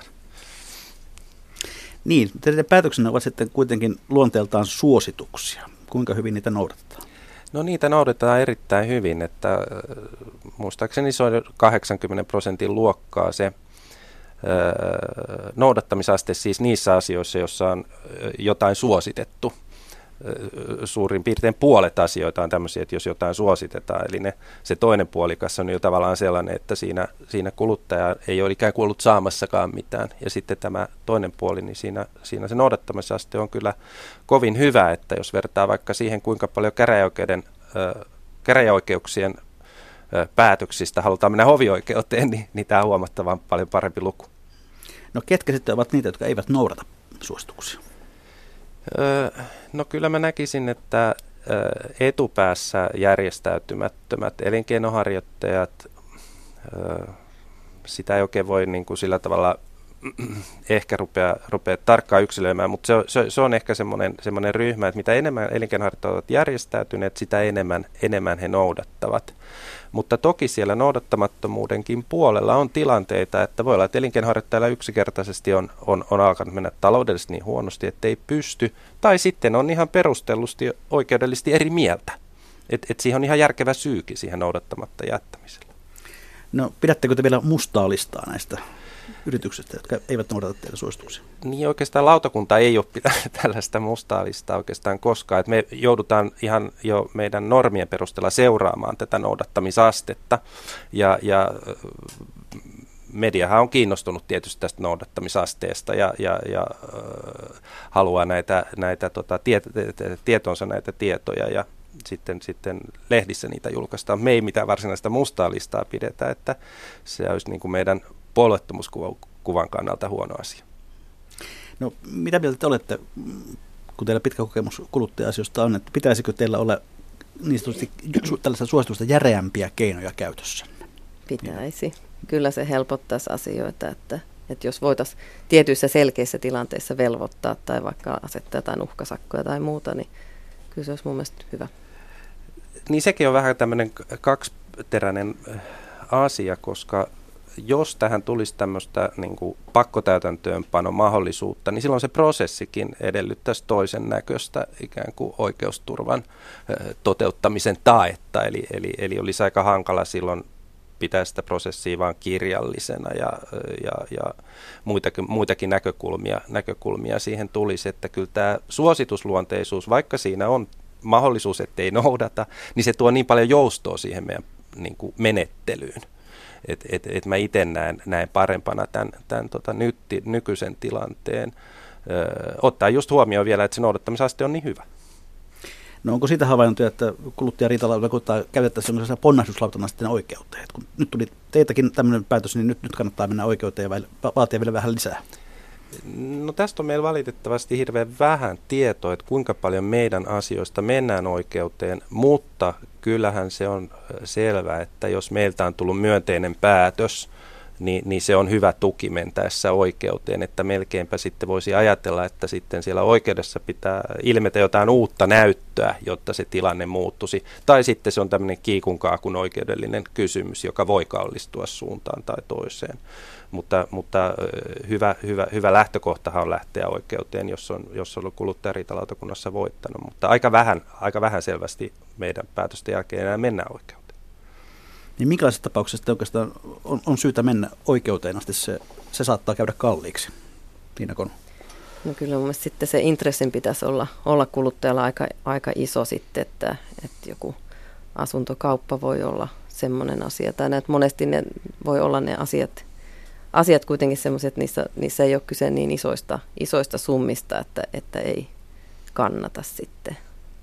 Niin, teidän päätöksenne ovat sitten kuitenkin luonteeltaan suosituksia. Kuinka hyvin niitä noudatetaan? No niitä noudatetaan erittäin hyvin, että muistaakseni se on 80% luokkaa se noudattamisaste siis niissä asioissa, joissa on jotain suositettu. Suurin piirtein puolet asioita on tämmöisiä, että jos jotain suositetaan, eli se toinen puolikas on jo tavallaan sellainen, että siinä kuluttaja ei ole ikään kuin ollut saamassakaan mitään. Ja sitten tämä toinen puoli, niin siinä se noudattamisaste on kyllä kovin hyvä, että jos vertaa vaikka siihen, kuinka paljon käräjäoikeuksien päätöksistä halutaan mennä hovioikeuteen, niin tämä on huomattavan paljon parempi luku. No ketkä sitten ovat niitä, jotka eivät noudata suosituksia? No kyllä mä näkisin, että etupäässä järjestäytymättömät elinkeinoharjoittajat, sitä ei oikein voi niin kuin sillä tavalla ehkä rupea tarkkaan yksilöimään, mutta se on ehkä semmoinen ryhmä, että mitä enemmän elinkeinonharjoittajat ovat järjestäytyneet, sitä enemmän he noudattavat. Mutta toki siellä noudattamattomuudenkin puolella on tilanteita, että voi olla, että elinkeinonharjoittajalla yksinkertaisesti on alkanut mennä taloudellisesti niin huonosti, että ei pysty, tai sitten on ihan perustellusti oikeudellisesti eri mieltä. Et siihen on ihan järkevä syykin siihen noudattamatta jättämisellä. No, pidättekö te vielä mustaa listaa näistä yrityksistä, jotka eivät noudata teidän suosituksia? Niin oikeastaan lautakunta ei ole pitänyt tällaista mustaa listaa oikeastaan koskaan. Et me joudutaan ihan jo meidän normien perusteella seuraamaan tätä noudattamisastetta. Ja mediahan on kiinnostunut tietysti tästä noudattamisasteesta ja haluaa tietonsa näitä tietoja ja sitten lehdissä niitä julkaistaan. Me ei mitään varsinaista mustaa listaa pidetä, että se olisi niin kuin meidän puolueettomuuskuvan kannalta huono asia. No, mitä mieltä te olette, kun teillä pitkä kokemus kuluttaja-asioista on, että pitäisikö teillä olla niin sanotusti tällaista suositusta järeämpiä keinoja käytössä? Pitäisi. Kyllä se helpottaisi asioita, että jos voitaisiin tietyissä selkeissä tilanteissa velvoittaa tai vaikka asettaa jotain uhkasakkoja tai muuta, niin kyllä se olisi mun mielestä hyvä. Niin sekin on vähän tämmöinen kaksiteräinen asia, koska jos tähän tulisi tämmöistä niin kuin pakkotäytäntöönpanon mahdollisuutta, niin silloin se prosessikin edellyttäisi toisen näköistä ikään kuin oikeusturvan toteuttamisen taetta. Eli olisi aika hankala silloin pitää sitä prosessia vaan kirjallisena ja muitakin näkökulmia siihen tulisi, että kyllä tämä suositusluonteisuus, vaikka siinä on mahdollisuus, ettei noudata, niin se tuo niin paljon joustoa siihen meidän niin kuin menettelyyn. Et mä itse näen parempana tämän nykyisen tilanteen. Ottaa just huomioon vielä, että se noudattamisaste on niin hyvä. No onko siitä havaintoja, että kuluttajariitalautakuntaa käytettäisiin sellaisena ponnahduslautana sitten oikeuteen? Et kun nyt tuli teiltäkin tämmöinen päätös, niin nyt kannattaa mennä oikeuteen ja vaatia vielä vähän lisää. No tästä on meillä valitettavasti hirveän vähän tietoa, että kuinka paljon meidän asioista mennään oikeuteen, mutta kyllähän se on selvää, että jos meiltä on tullut myönteinen päätös, niin se on hyvä tuki mentäessä oikeuteen, että melkeinpä sitten voisi ajatella, että sitten siellä oikeudessa pitää ilmetä jotain uutta näyttöä, jotta se tilanne muuttuisi. Tai sitten se on tämmöinen kiikunkaakun oikeudellinen kysymys, joka voi kallistua suuntaan tai toiseen. Mutta hyvä lähtökohtahan on lähteä oikeuteen, jos on kuluttajariitalautakunnassa voittanut, mutta aika vähän selvästi meidän päätösten jälkeen enää mennään oikeuteen. Niin minkälaisessa tapauksessa oikeastaan on syytä mennä oikeuteen asti? Se saattaa käydä kalliiksi. Tiina Kono. No kyllä mun mielestä sitten se intressin pitäisi olla kuluttajalla aika iso sitten, että joku asuntokauppa voi olla semmoinen asia. Tai että monesti ne voi olla ne asiat kuitenkin semmoiset, että niissä ei ole kyse niin isoista summista, että ei kannata sitten.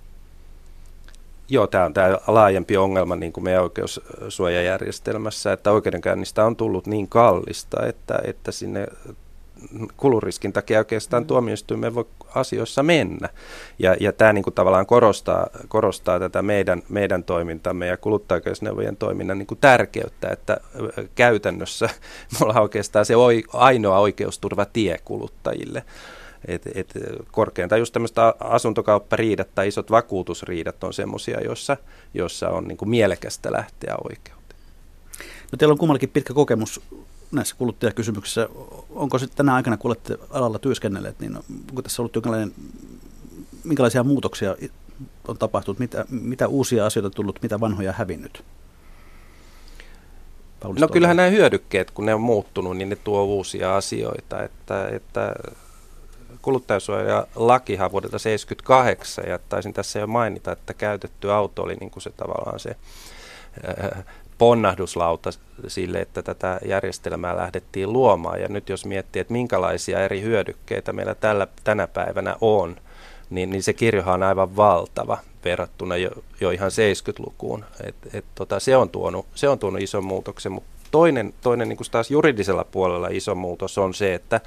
Joo, tämä on tämä laajempi ongelma niin kuin meidän oikeussuojajärjestelmässä, että oikeudenkäynnistä on tullut niin kallista, että sinne kuluriskin takia oikeastaan tuomioistuimeen voi asioissa mennä. Ja tämä niin kuin tavallaan korostaa tätä meidän toimintamme ja kuluttajaoikeusneuvojen toiminnan niin kuin tärkeyttä, että käytännössä me ollaan oikeastaan se ainoa oikeusturvatie kuluttajille. Korkeintaan just tämmöistä asuntokauppariidat tai isot vakuutusriidat on semmoisia, joissa on niin kuin mielekästä lähteä oikeuteen. No teillä on kummallakin pitkä kokemus näissä kuluttajakysymyksissä. Onko sitten tänä aikana, kun olette alalla työskennelleet, niin onko tässä ollut minkälaisia muutoksia on tapahtunut, mitä uusia asioita tullut, mitä vanhoja hävinnyt? No kyllähän nämä hyödykkeet, kun ne on muuttunut, niin ne tuo uusia asioita, että kuluttajasuojalakihan vuodelta 1978, ja taisin tässä jo mainita, että käytetty auto oli niin kuin se tavallaan se ponnahduslauta sille, että tätä järjestelmää lähdettiin luomaan. Ja nyt jos miettii, että minkälaisia eri hyödykkeitä meillä tänä päivänä on, niin se kirjohan on aivan valtava verrattuna jo ihan 70-lukuun. Se on tuonut ison muutoksen, mutta toinen niin kuin taas juridisella puolella iso muutos on se, että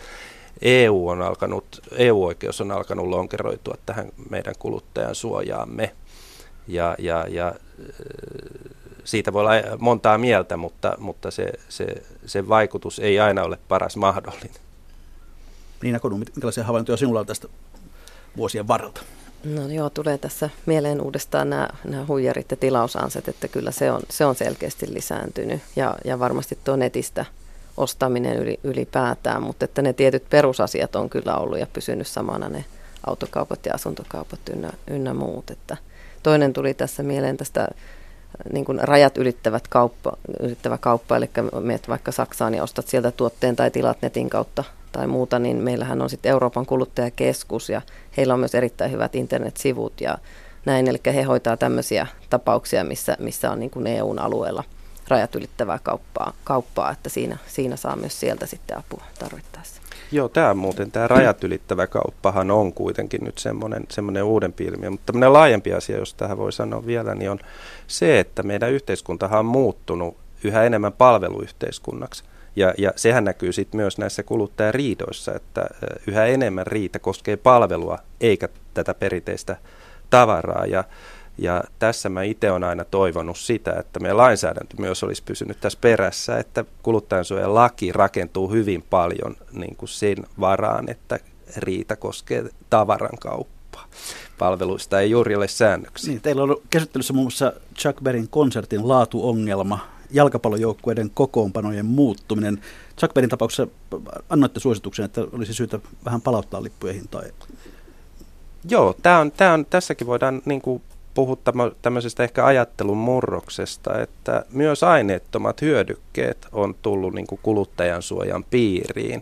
EU-oikeus on alkanut lonkeroitua tähän meidän kuluttajan suojaamme. Ja siitä voi olla montaa mieltä, mutta se vaikutus ei aina ole paras mahdollinen. Niina Konu, minkälaisia havaintoja sinulla on tästä vuosien varrelta? No joo, tulee tässä mieleen uudestaan nämä huijarit ja tilausanset, että kyllä se on selkeästi lisääntynyt ja varmasti tuo netistä ostaminen ylipäätään, mutta että ne tietyt perusasiat on kyllä ollut ja pysynyt samana, ne autokaupat ja asuntokaupat ynnä muut. Että toinen tuli tässä mieleen tästä niin kuin rajat ylittävä kauppa, eli menet vaikka Saksaan ja ostat sieltä tuotteen tai tilat netin kautta tai muuta, niin meillähän on sitten Euroopan kuluttajakeskus ja heillä on myös erittäin hyvät internetsivut ja näin, eli he hoitaa tämmöisiä tapauksia, missä on niin kuin EUn alueella rajat ylittävää kauppaa, että siinä saa myös sieltä sitten apua tarvittaessa. Joo, tämä rajat ylittävä kauppahan on kuitenkin nyt semmoinen uudempi ilmiö, mutta tämmöinen laajempi asia, jos tähän voi sanoa vielä, niin on se, että meidän yhteiskuntahan on muuttunut yhä enemmän palveluyhteiskunnaksi. Ja sehän näkyy sitten myös näissä kuluttajariidoissa, että yhä enemmän riita koskee palvelua eikä tätä perinteistä tavaraa. Ja tässä mä itse olen aina toivonut sitä, että meidän lainsäädäntö myös olisi pysynyt tässä perässä, että kuluttajansuojalaki rakentuu hyvin paljon niin kuin sen varaan, että riita koskee tavaran kauppaa. Palveluista ei juuri ole säännöksiä. Niin, teillä on ollut käsittelyssä muun muassa Chuck Berryn konsertin laatuongelma, jalkapallojoukkueiden kokoonpanojen muuttuminen. Chuck Berryn tapauksessa annoitte suosituksen, että olisi syytä vähän palauttaa lippujen hintaa. Joo, tässäkin voidaan niin kuin puhua tämmöisestä ehkä ajattelun murroksesta, että myös aineettomat hyödykkeet on tullut niin kuin kuluttajan suojan piiriin.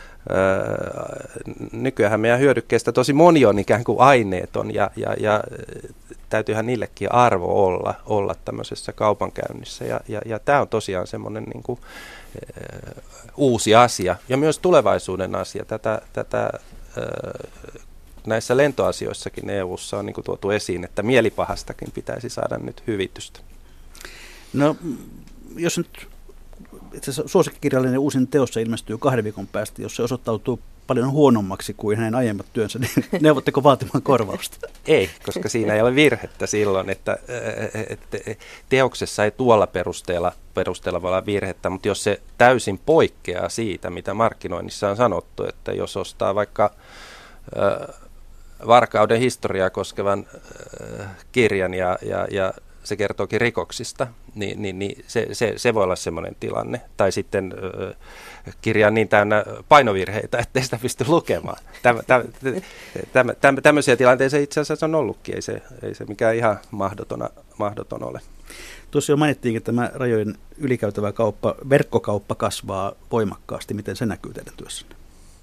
Nykyään meidän hyödykkeistä tosi moni on ikään kuin aineeton ja täytyyhän niillekin arvo olla tämmöisessä kaupankäynnissä ja tämä on tosiaan semmoinen niin kuin uusi asia ja myös tulevaisuuden asia. Tätä näissä lentoasioissakin EU:ssa on niin kuin tuotu esiin, että mielipahastakin pitäisi saada nyt hyvitystä. No, jos nyt itse asiassa suosikkikirjallinen uusin teossa ilmestyy 2 viikon päästä, jos se osoittautuu paljon huonommaksi kuin hänen aiemmat työnsä, niin neuvotteko vaatimaan korvausta? Ei, koska siinä ei ole virhettä silloin, että teoksessa ei tuolla perusteella voi olla virhettä, mutta jos se täysin poikkeaa siitä, mitä markkinoinnissa on sanottu, että jos ostaa vaikka varkauden historiaa koskevan kirjan ja se kertookin rikoksista, niin se voi olla semmoinen tilanne. Tai sitten kirja on niin täynnä painovirheitä, ettei sitä pysty lukemaan. Tämmöisiä tilanteita itse asiassa on ollutkin, ei se mikään ihan mahdoton ole. Tuossa jo mainittiinkin, että tämä rajojen ylikäytävä kauppa, verkkokauppa kasvaa voimakkaasti. Miten se näkyy teidän työssänne?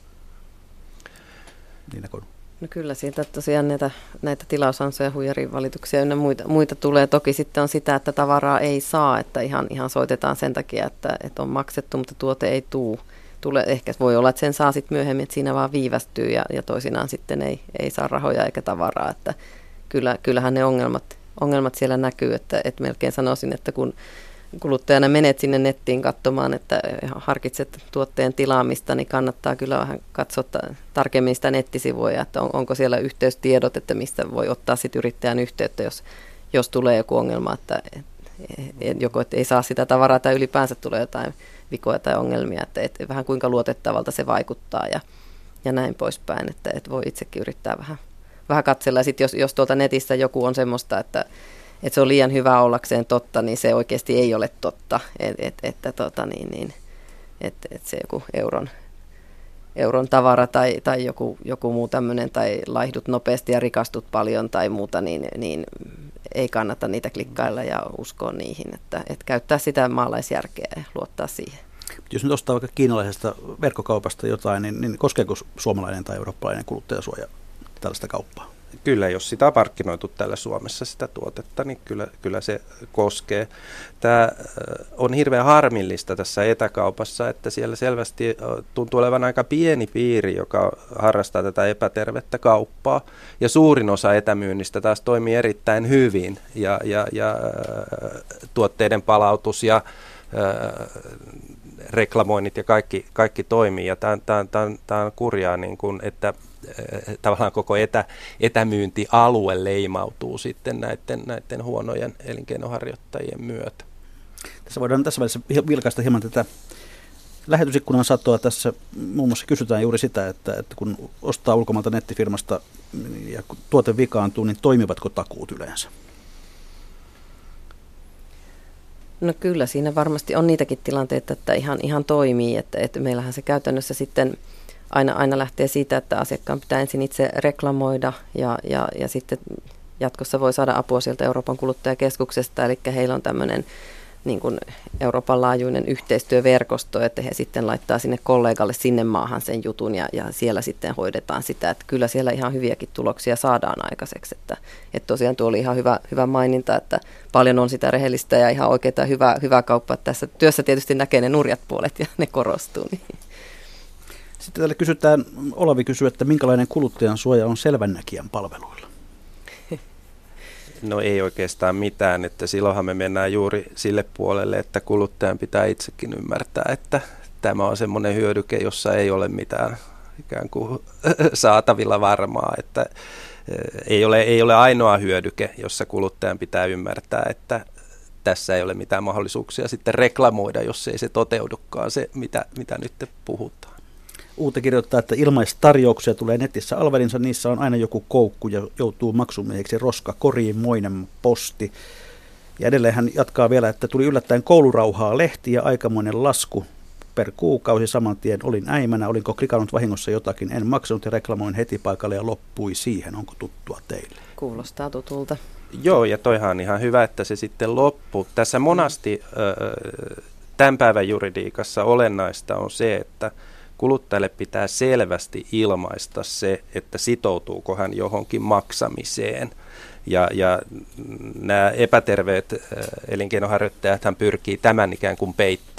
Niina Konu. No kyllä siitä tosiaan näitä tilausansoja, huijarivalituksia ynnä muita tulee. Toki sitten on sitä, että tavaraa ei saa, että ihan soitetaan sen takia, että on maksettu, mutta tuote ei tule. Ehkä voi olla, että sen saa sitten myöhemmin, että siinä vaan viivästyy ja toisinaan sitten ei saa rahoja eikä tavaraa. Että kyllähän ne ongelmat siellä näkyy, että melkein sanoisin, että kun kuluttajana menet sinne nettiin katsomaan, että harkitset tuotteen tilaamista, niin kannattaa kyllä vähän katsoa tarkemmin sitä nettisivuja, että onko siellä yhteystiedot, että mistä voi ottaa sitten yrittäjän yhteyttä, jos tulee joku ongelma, että joko että ei saa sitä tavaraa tai ylipäänsä tulee jotain vikoja tai ongelmia, että vähän kuinka luotettavalta se vaikuttaa ja näin poispäin, että voi itsekin yrittää vähän katsella. Ja sitten jos tuolta netissä joku on semmoista, että se on liian hyvä ollakseen totta, niin se oikeasti ei ole totta, että se joku euron tavara tai joku muu tämmöinen, tai laihdut nopeasti ja rikastut paljon tai muuta, niin ei kannata niitä klikkailla ja uskoa niihin, että käyttää sitä maalaisjärkeä ja luottaa siihen. Jos nyt ostaa vaikka kiinalaisesta verkkokaupasta jotain, niin koskeeko suomalainen tai eurooppalainen kuluttajasuoja tällaista kauppaa? Kyllä, jos sitä on markkinoitu täällä Suomessa sitä tuotetta, niin kyllä se koskee. Tämä on hirveän harmillista tässä etäkaupassa, että siellä selvästi tuntuu olevan aika pieni piiri, joka harrastaa tätä epätervettä kauppaa. Ja suurin osa etämyynnistä taas toimii erittäin hyvin ja tuotteiden palautus ja reklamoinnit ja kaikki toimii. Ja tämä on kurjaa, niin kuin, että tavallaan koko etämyyntialue leimautuu sitten näiden huonojen elinkeinoharjoittajien myötä. Tässä voidaan tässä välissä vilkaista hieman tätä lähetysikkunan satoa. Tässä muun muassa kysytään juuri sitä, että kun ostaa ulkomailta nettifirmasta ja kun tuote vikaantuu, niin toimivatko takuut yleensä? No kyllä, siinä varmasti on niitäkin tilanteita, että ihan toimii, että meillähän se käytännössä sitten aina lähtee siitä, että asiakkaan pitää ensin itse reklamoida ja sitten jatkossa voi saada apua sieltä Euroopan kuluttajakeskuksesta, eli heillä on tämmöinen niin kuin Euroopan laajuinen yhteistyöverkosto, että he sitten laittaa sinne kollegalle sinne maahan sen jutun ja siellä sitten hoidetaan sitä, että kyllä siellä ihan hyviäkin tuloksia saadaan aikaiseksi, että tosiaan tuo oli ihan hyvä maininta, että paljon on sitä rehellistä ja ihan oikeaa hyvää kauppaa, että tässä työssä tietysti näkee ne nurjat puolet ja ne korostuu. Niin. Sitten täällä kysytään, Olavi kysyy, että minkälainen kuluttajan suoja on selvännäkijän palveluilla? No ei oikeastaan mitään, että silloinhan me mennään juuri sille puolelle, että kuluttajan pitää itsekin ymmärtää, että tämä on semmoinen hyödyke, jossa ei ole mitään ikään kuin saatavilla varmaa, että ei ole ainoa hyödyke, jossa kuluttajan pitää ymmärtää, että tässä ei ole mitään mahdollisuuksia sitten reklamoida, jos ei se toteudukaan se, mitä nyt puhutaan. Uute kirjoittaa, että ilmaistarjouksia tulee netissä alvelinsa, niissä on aina joku koukku ja joutuu maksumieheksi roskakoriin, moinen posti. Ja edelleen hän jatkaa vielä, että tuli yllättäen koulurauhaa lehti ja aikamoinen lasku per kuukausi saman tien. Olin äimänä, olinko klikannut vahingossa jotakin, en maksanut ja reklamoin heti paikalle ja loppui siihen. Onko tuttua teille? Kuulostaa tutulta. Joo, ja toihan on ihan hyvä, että se sitten loppuu. Tässä monasti tämän päivän juridiikassa olennaista on se, että kuluttajalle pitää selvästi ilmaista se, että sitoutuuko hän johonkin maksamiseen. Ja nämä epäterveet elinkeinoharjoittajat hän pyrkii tämän ikään kuin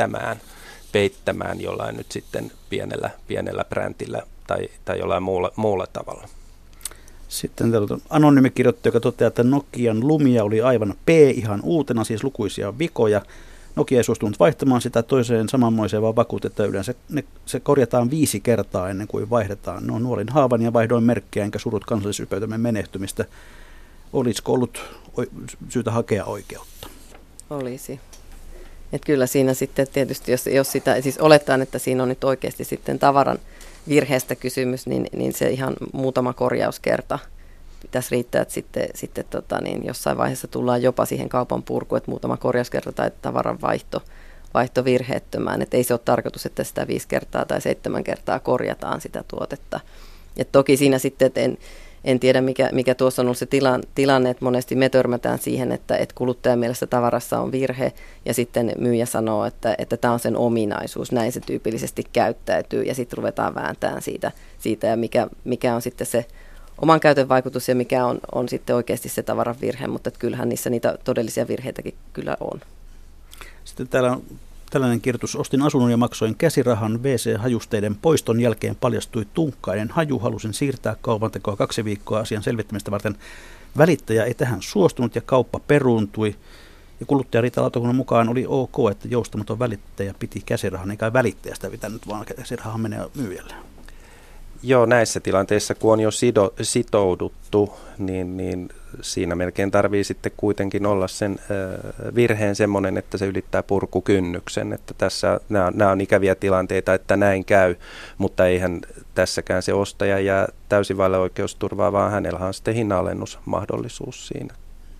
peittämään jollain nyt sitten pienellä brändillä tai jollain muulla tavalla. Sitten täällä on anonyymi kirjoittaja, joka toteaa, että Nokian Lumia oli aivan ihan uutena, siis lukuisia vikoja. Nokia ei suostunut vaihtamaan sitä toiseen samanmoiseen, vaan vakuutti, että yleensä se korjataan 5 kertaa ennen kuin vaihdetaan. No, nuolin haavan ja vaihdoin merkkejä, enkä surut kansallisypeytämme menehtymistä. Olisiko ollut syytä hakea oikeutta? Olisi. Että kyllä siinä sitten tietysti, jos sitä, siis oletaan, että siinä on nyt oikeasti sitten tavaran virheestä kysymys, niin se ihan muutama korjauskerta pitäisi riittää, että sitten jossain vaiheessa tullaan jopa siihen kaupan purkuun, että muutama korjauskerta tai tavaran vaihto virheettömään. Että ei se ole tarkoitus, että sitä 5 kertaa tai 7 kertaa korjataan sitä tuotetta. Et toki siinä sitten, että en tiedä mikä tuossa on ollut se tilanne, että monesti me törmätään siihen, että kuluttajan mielestä tavarassa on virhe ja sitten myyjä sanoo, että tämä on sen ominaisuus, näin se tyypillisesti käyttäytyy ja sitten ruvetaan vääntämään siitä ja mikä on sitten se oman käytön vaikutus ja mikä on sitten oikeasti se tavaran virhe, mutta kyllähän niissä niitä todellisia virheitäkin kyllä on. Sitten täällä on tällainen kirjoitus. Ostin asunnon ja maksoin käsirahan. WC-hajusteiden poiston jälkeen paljastui tunkkainen haju. Halusin siirtää kaupantekoa 2 viikkoa asian selvittämistä varten. Välittäjä ei tähän suostunut ja kauppa peruuntui. Ja kuluttajariitalautakunnan mukaan oli ok, että joustamaton välittäjä piti käsirahan, eikä välittäjästä pitänyt, vaan käsirahan menee myyjälle. Joo, näissä tilanteissa, kun on jo sitouduttu, niin siinä melkein tarvii sitten kuitenkin olla sen virheen semmoinen, että se ylittää purkukynnyksen. Että tässä nämä on ikäviä tilanteita, että näin käy, mutta eihän tässäkään se ostaja jää täysin vaille oikeusturvaa, vaan hänellä on sitten hinnanalennusmahdollisuus siinä.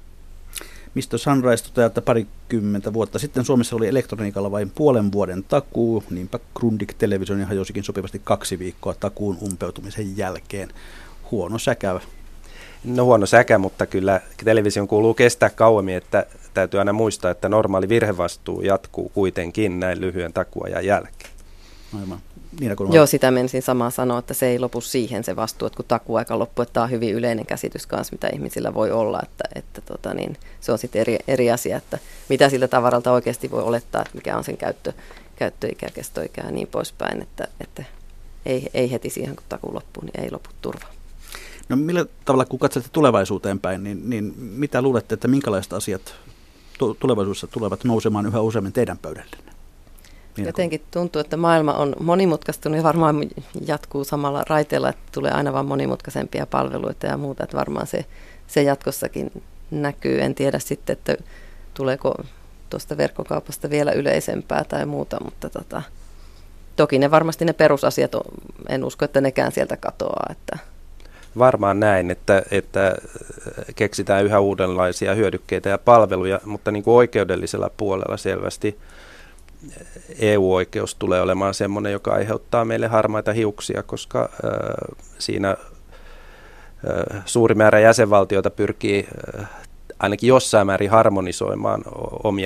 Mr. Sunrise toteaa, että 20 vuotta sitten Suomessa oli elektroniikalla vain 0,5 vuoden takuu, niinpä Grundig televisioni hajosikin sopivasti 2 viikkoa takuun umpeutumisen jälkeen. Huono säkä. No huono säkä, mutta kyllä television kuuluu kestää kauemmin, että täytyy aina muistaa, että normaali virhevastuu jatkuu kuitenkin näin lyhyen takuajan jälkeen. Aivan. Joo, sitä menisin samaa sanoa, että se ei lopu siihen se vastuu, että kun takuaika loppuu, että tämä on hyvin yleinen käsitys kanssa, mitä ihmisillä voi olla, että se on sitten eri asia, että mitä siltä tavaralta oikeasti voi olettaa, että mikä on sen käyttöikä, kestoikä ja niin poispäin, että ei heti siihen, kun takuu loppuu, niin ei lopu turva. No millä tavalla, kun katsotte tulevaisuuteen päin, niin mitä luulette, että minkälaiset asiat tulevaisuudessa tulevat nousemaan yhä useammin teidän pöydällenne? Jotenkin tuntuu, että maailma on monimutkaistunut ja varmaan jatkuu samalla raiteella, että tulee aina vaan monimutkaisempia palveluita ja muuta, että varmaan se jatkossakin näkyy. En tiedä sitten, että tuosta verkkokaupasta vielä yleisempää tai muuta, mutta toki varmasti ne perusasiat, en usko, että nekään sieltä katoaa. Että. Varmaan näin, että keksitään yhä uudenlaisia hyödykkeitä ja palveluja, mutta niin kuin oikeudellisella puolella selvästi EU-oikeus tulee olemaan sellainen, joka aiheuttaa meille harmaita hiuksia, koska siinä suuri määrä jäsenvaltioita pyrkii ainakin jossain määrin harmonisoimaan omia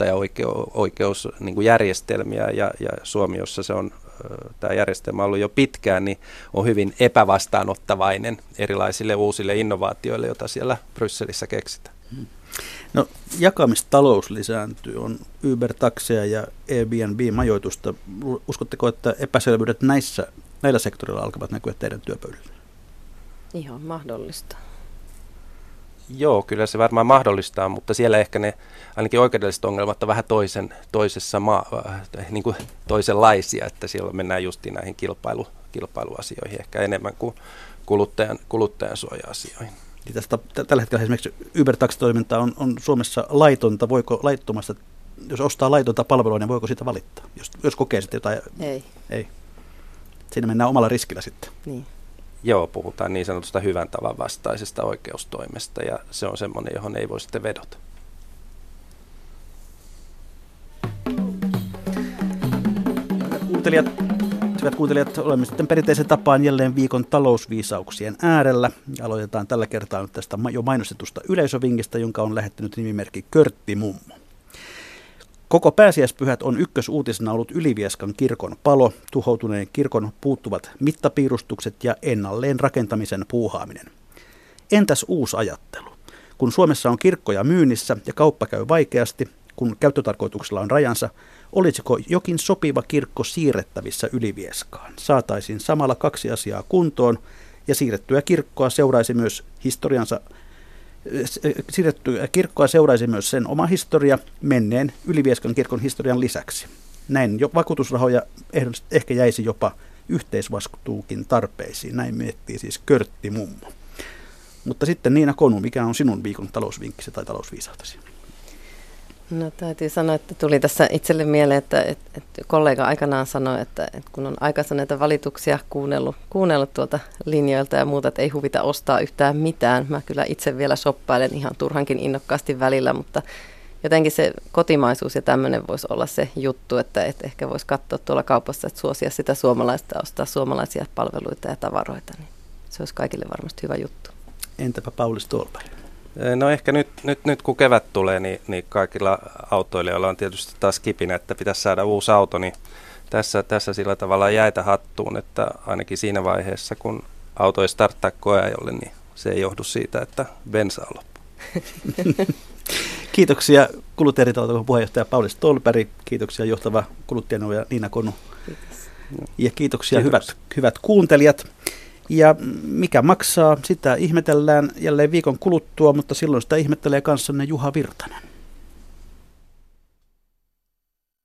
kuluttajaoikeusjärjestelmiä ja Suomi, jossa se on tämä järjestelmä ollut jo pitkään, niin on hyvin epävastaanottavainen erilaisille uusille innovaatioille, joita siellä Brysselissä keksitään. No, jakamistalous lisääntyy, on Uber-takseja ja Airbnb-majoitusta. Uskotteko, että epäselvyydet näillä sektoreilla alkavat näkyä teidän työpöydillä? Ihan mahdollista. Joo, kyllä se varmaan mahdollistaa, mutta siellä ehkä ne ainakin oikeudelliset ongelmat on vähän niin kuin toisenlaisia, että siellä mennään justiin näihin kilpailuasioihin ehkä enemmän kuin kuluttajan suoja-asioihin. Tällä hetkellä esimerkiksi Uber-taksitoiminta on Suomessa laitonta. Voiko laittomasta, jos ostaa laitonta palvelua, niin voiko sitä valittaa, jos kokee sitten jotain? Ei. Siinä mennään omalla riskillä sitten. Niin. Joo, puhutaan niin sanotusta hyvän tavan vastaisesta oikeustoimesta ja se on semmoinen, johon ei voi sitten vedota. Hyvät kuuntelijat, olemme sitten perinteisen tapaan jälleen viikon talousviisauksien äärellä. Ja aloitetaan tällä kertaa nyt tästä jo mainostetusta yleisövinkistä, jonka on lähettänyt nimimerkki Körtti Mummo. Koko pääsiäispyhät on ykkösuutisena ollut Ylivieskan kirkon palo, tuhoutuneen kirkon puuttuvat mittapiirustukset ja ennalleen rakentamisen puuhaaminen. Entäs uusi ajattelu? Kun Suomessa on kirkkoja myynnissä ja kauppa käy vaikeasti, kun käyttötarkoituksella on rajansa, olisiko jokin sopiva kirkko siirrettävissä Ylivieskaan? Saataisiin samalla kaksi asiaa kuntoon ja siirrettyä kirkkoa seuraisi myös sen oma historia menneen Ylivieskan kirkon historian lisäksi. Näin jo vakuutusrahoja ehkä jäisi jopa yhteisvastuukin tarpeisiin. Näin miettii siis Körtti Mummo. Mutta sitten Niina Konu, mikä on sinun viikon talousvinkkisi tai talousviisautasi? No täytyy sanoa, että tuli tässä itselle mieleen, että kollega aikanaan sanoi, että kun on aikansa näitä valituksia kuunnellut tuolta linjoilta ja muuta, että ei huvita ostaa yhtään mitään. Mä kyllä itse vielä shoppailen ihan turhankin innokkaasti välillä, mutta jotenkin se kotimaisuus ja tämmöinen voisi olla se juttu, että ehkä voisi katsoa tuolla kaupassa, että suosia sitä suomalaista, ostaa suomalaisia palveluita ja tavaroita, niin se olisi kaikille varmasti hyvä juttu. Entäpä Pauli Ståhlberg? No ehkä nyt kun kevät tulee, niin kaikilla autoilijoilla on tietysti taas kipinä, että pitäisi saada uusi auto, niin tässä sillä tavalla jäitä hattuun, että ainakin siinä vaiheessa, kun auto ei starttaa koeajolle, niin se ei johdu siitä, että bensa on loppu. Kiitoksia kuluttajariitalautakunnan puheenjohtaja Pauli Ståhlberg, kiitoksia johtava kuluttajaneuvoja Niina Konu. Kiitos. Ja kiitoksia hyvät kuuntelijat. Ja mikä maksaa, sitä ihmetellään jälleen viikon kuluttua, mutta silloin sitä ihmettelee kanssanne Juha Virtanen.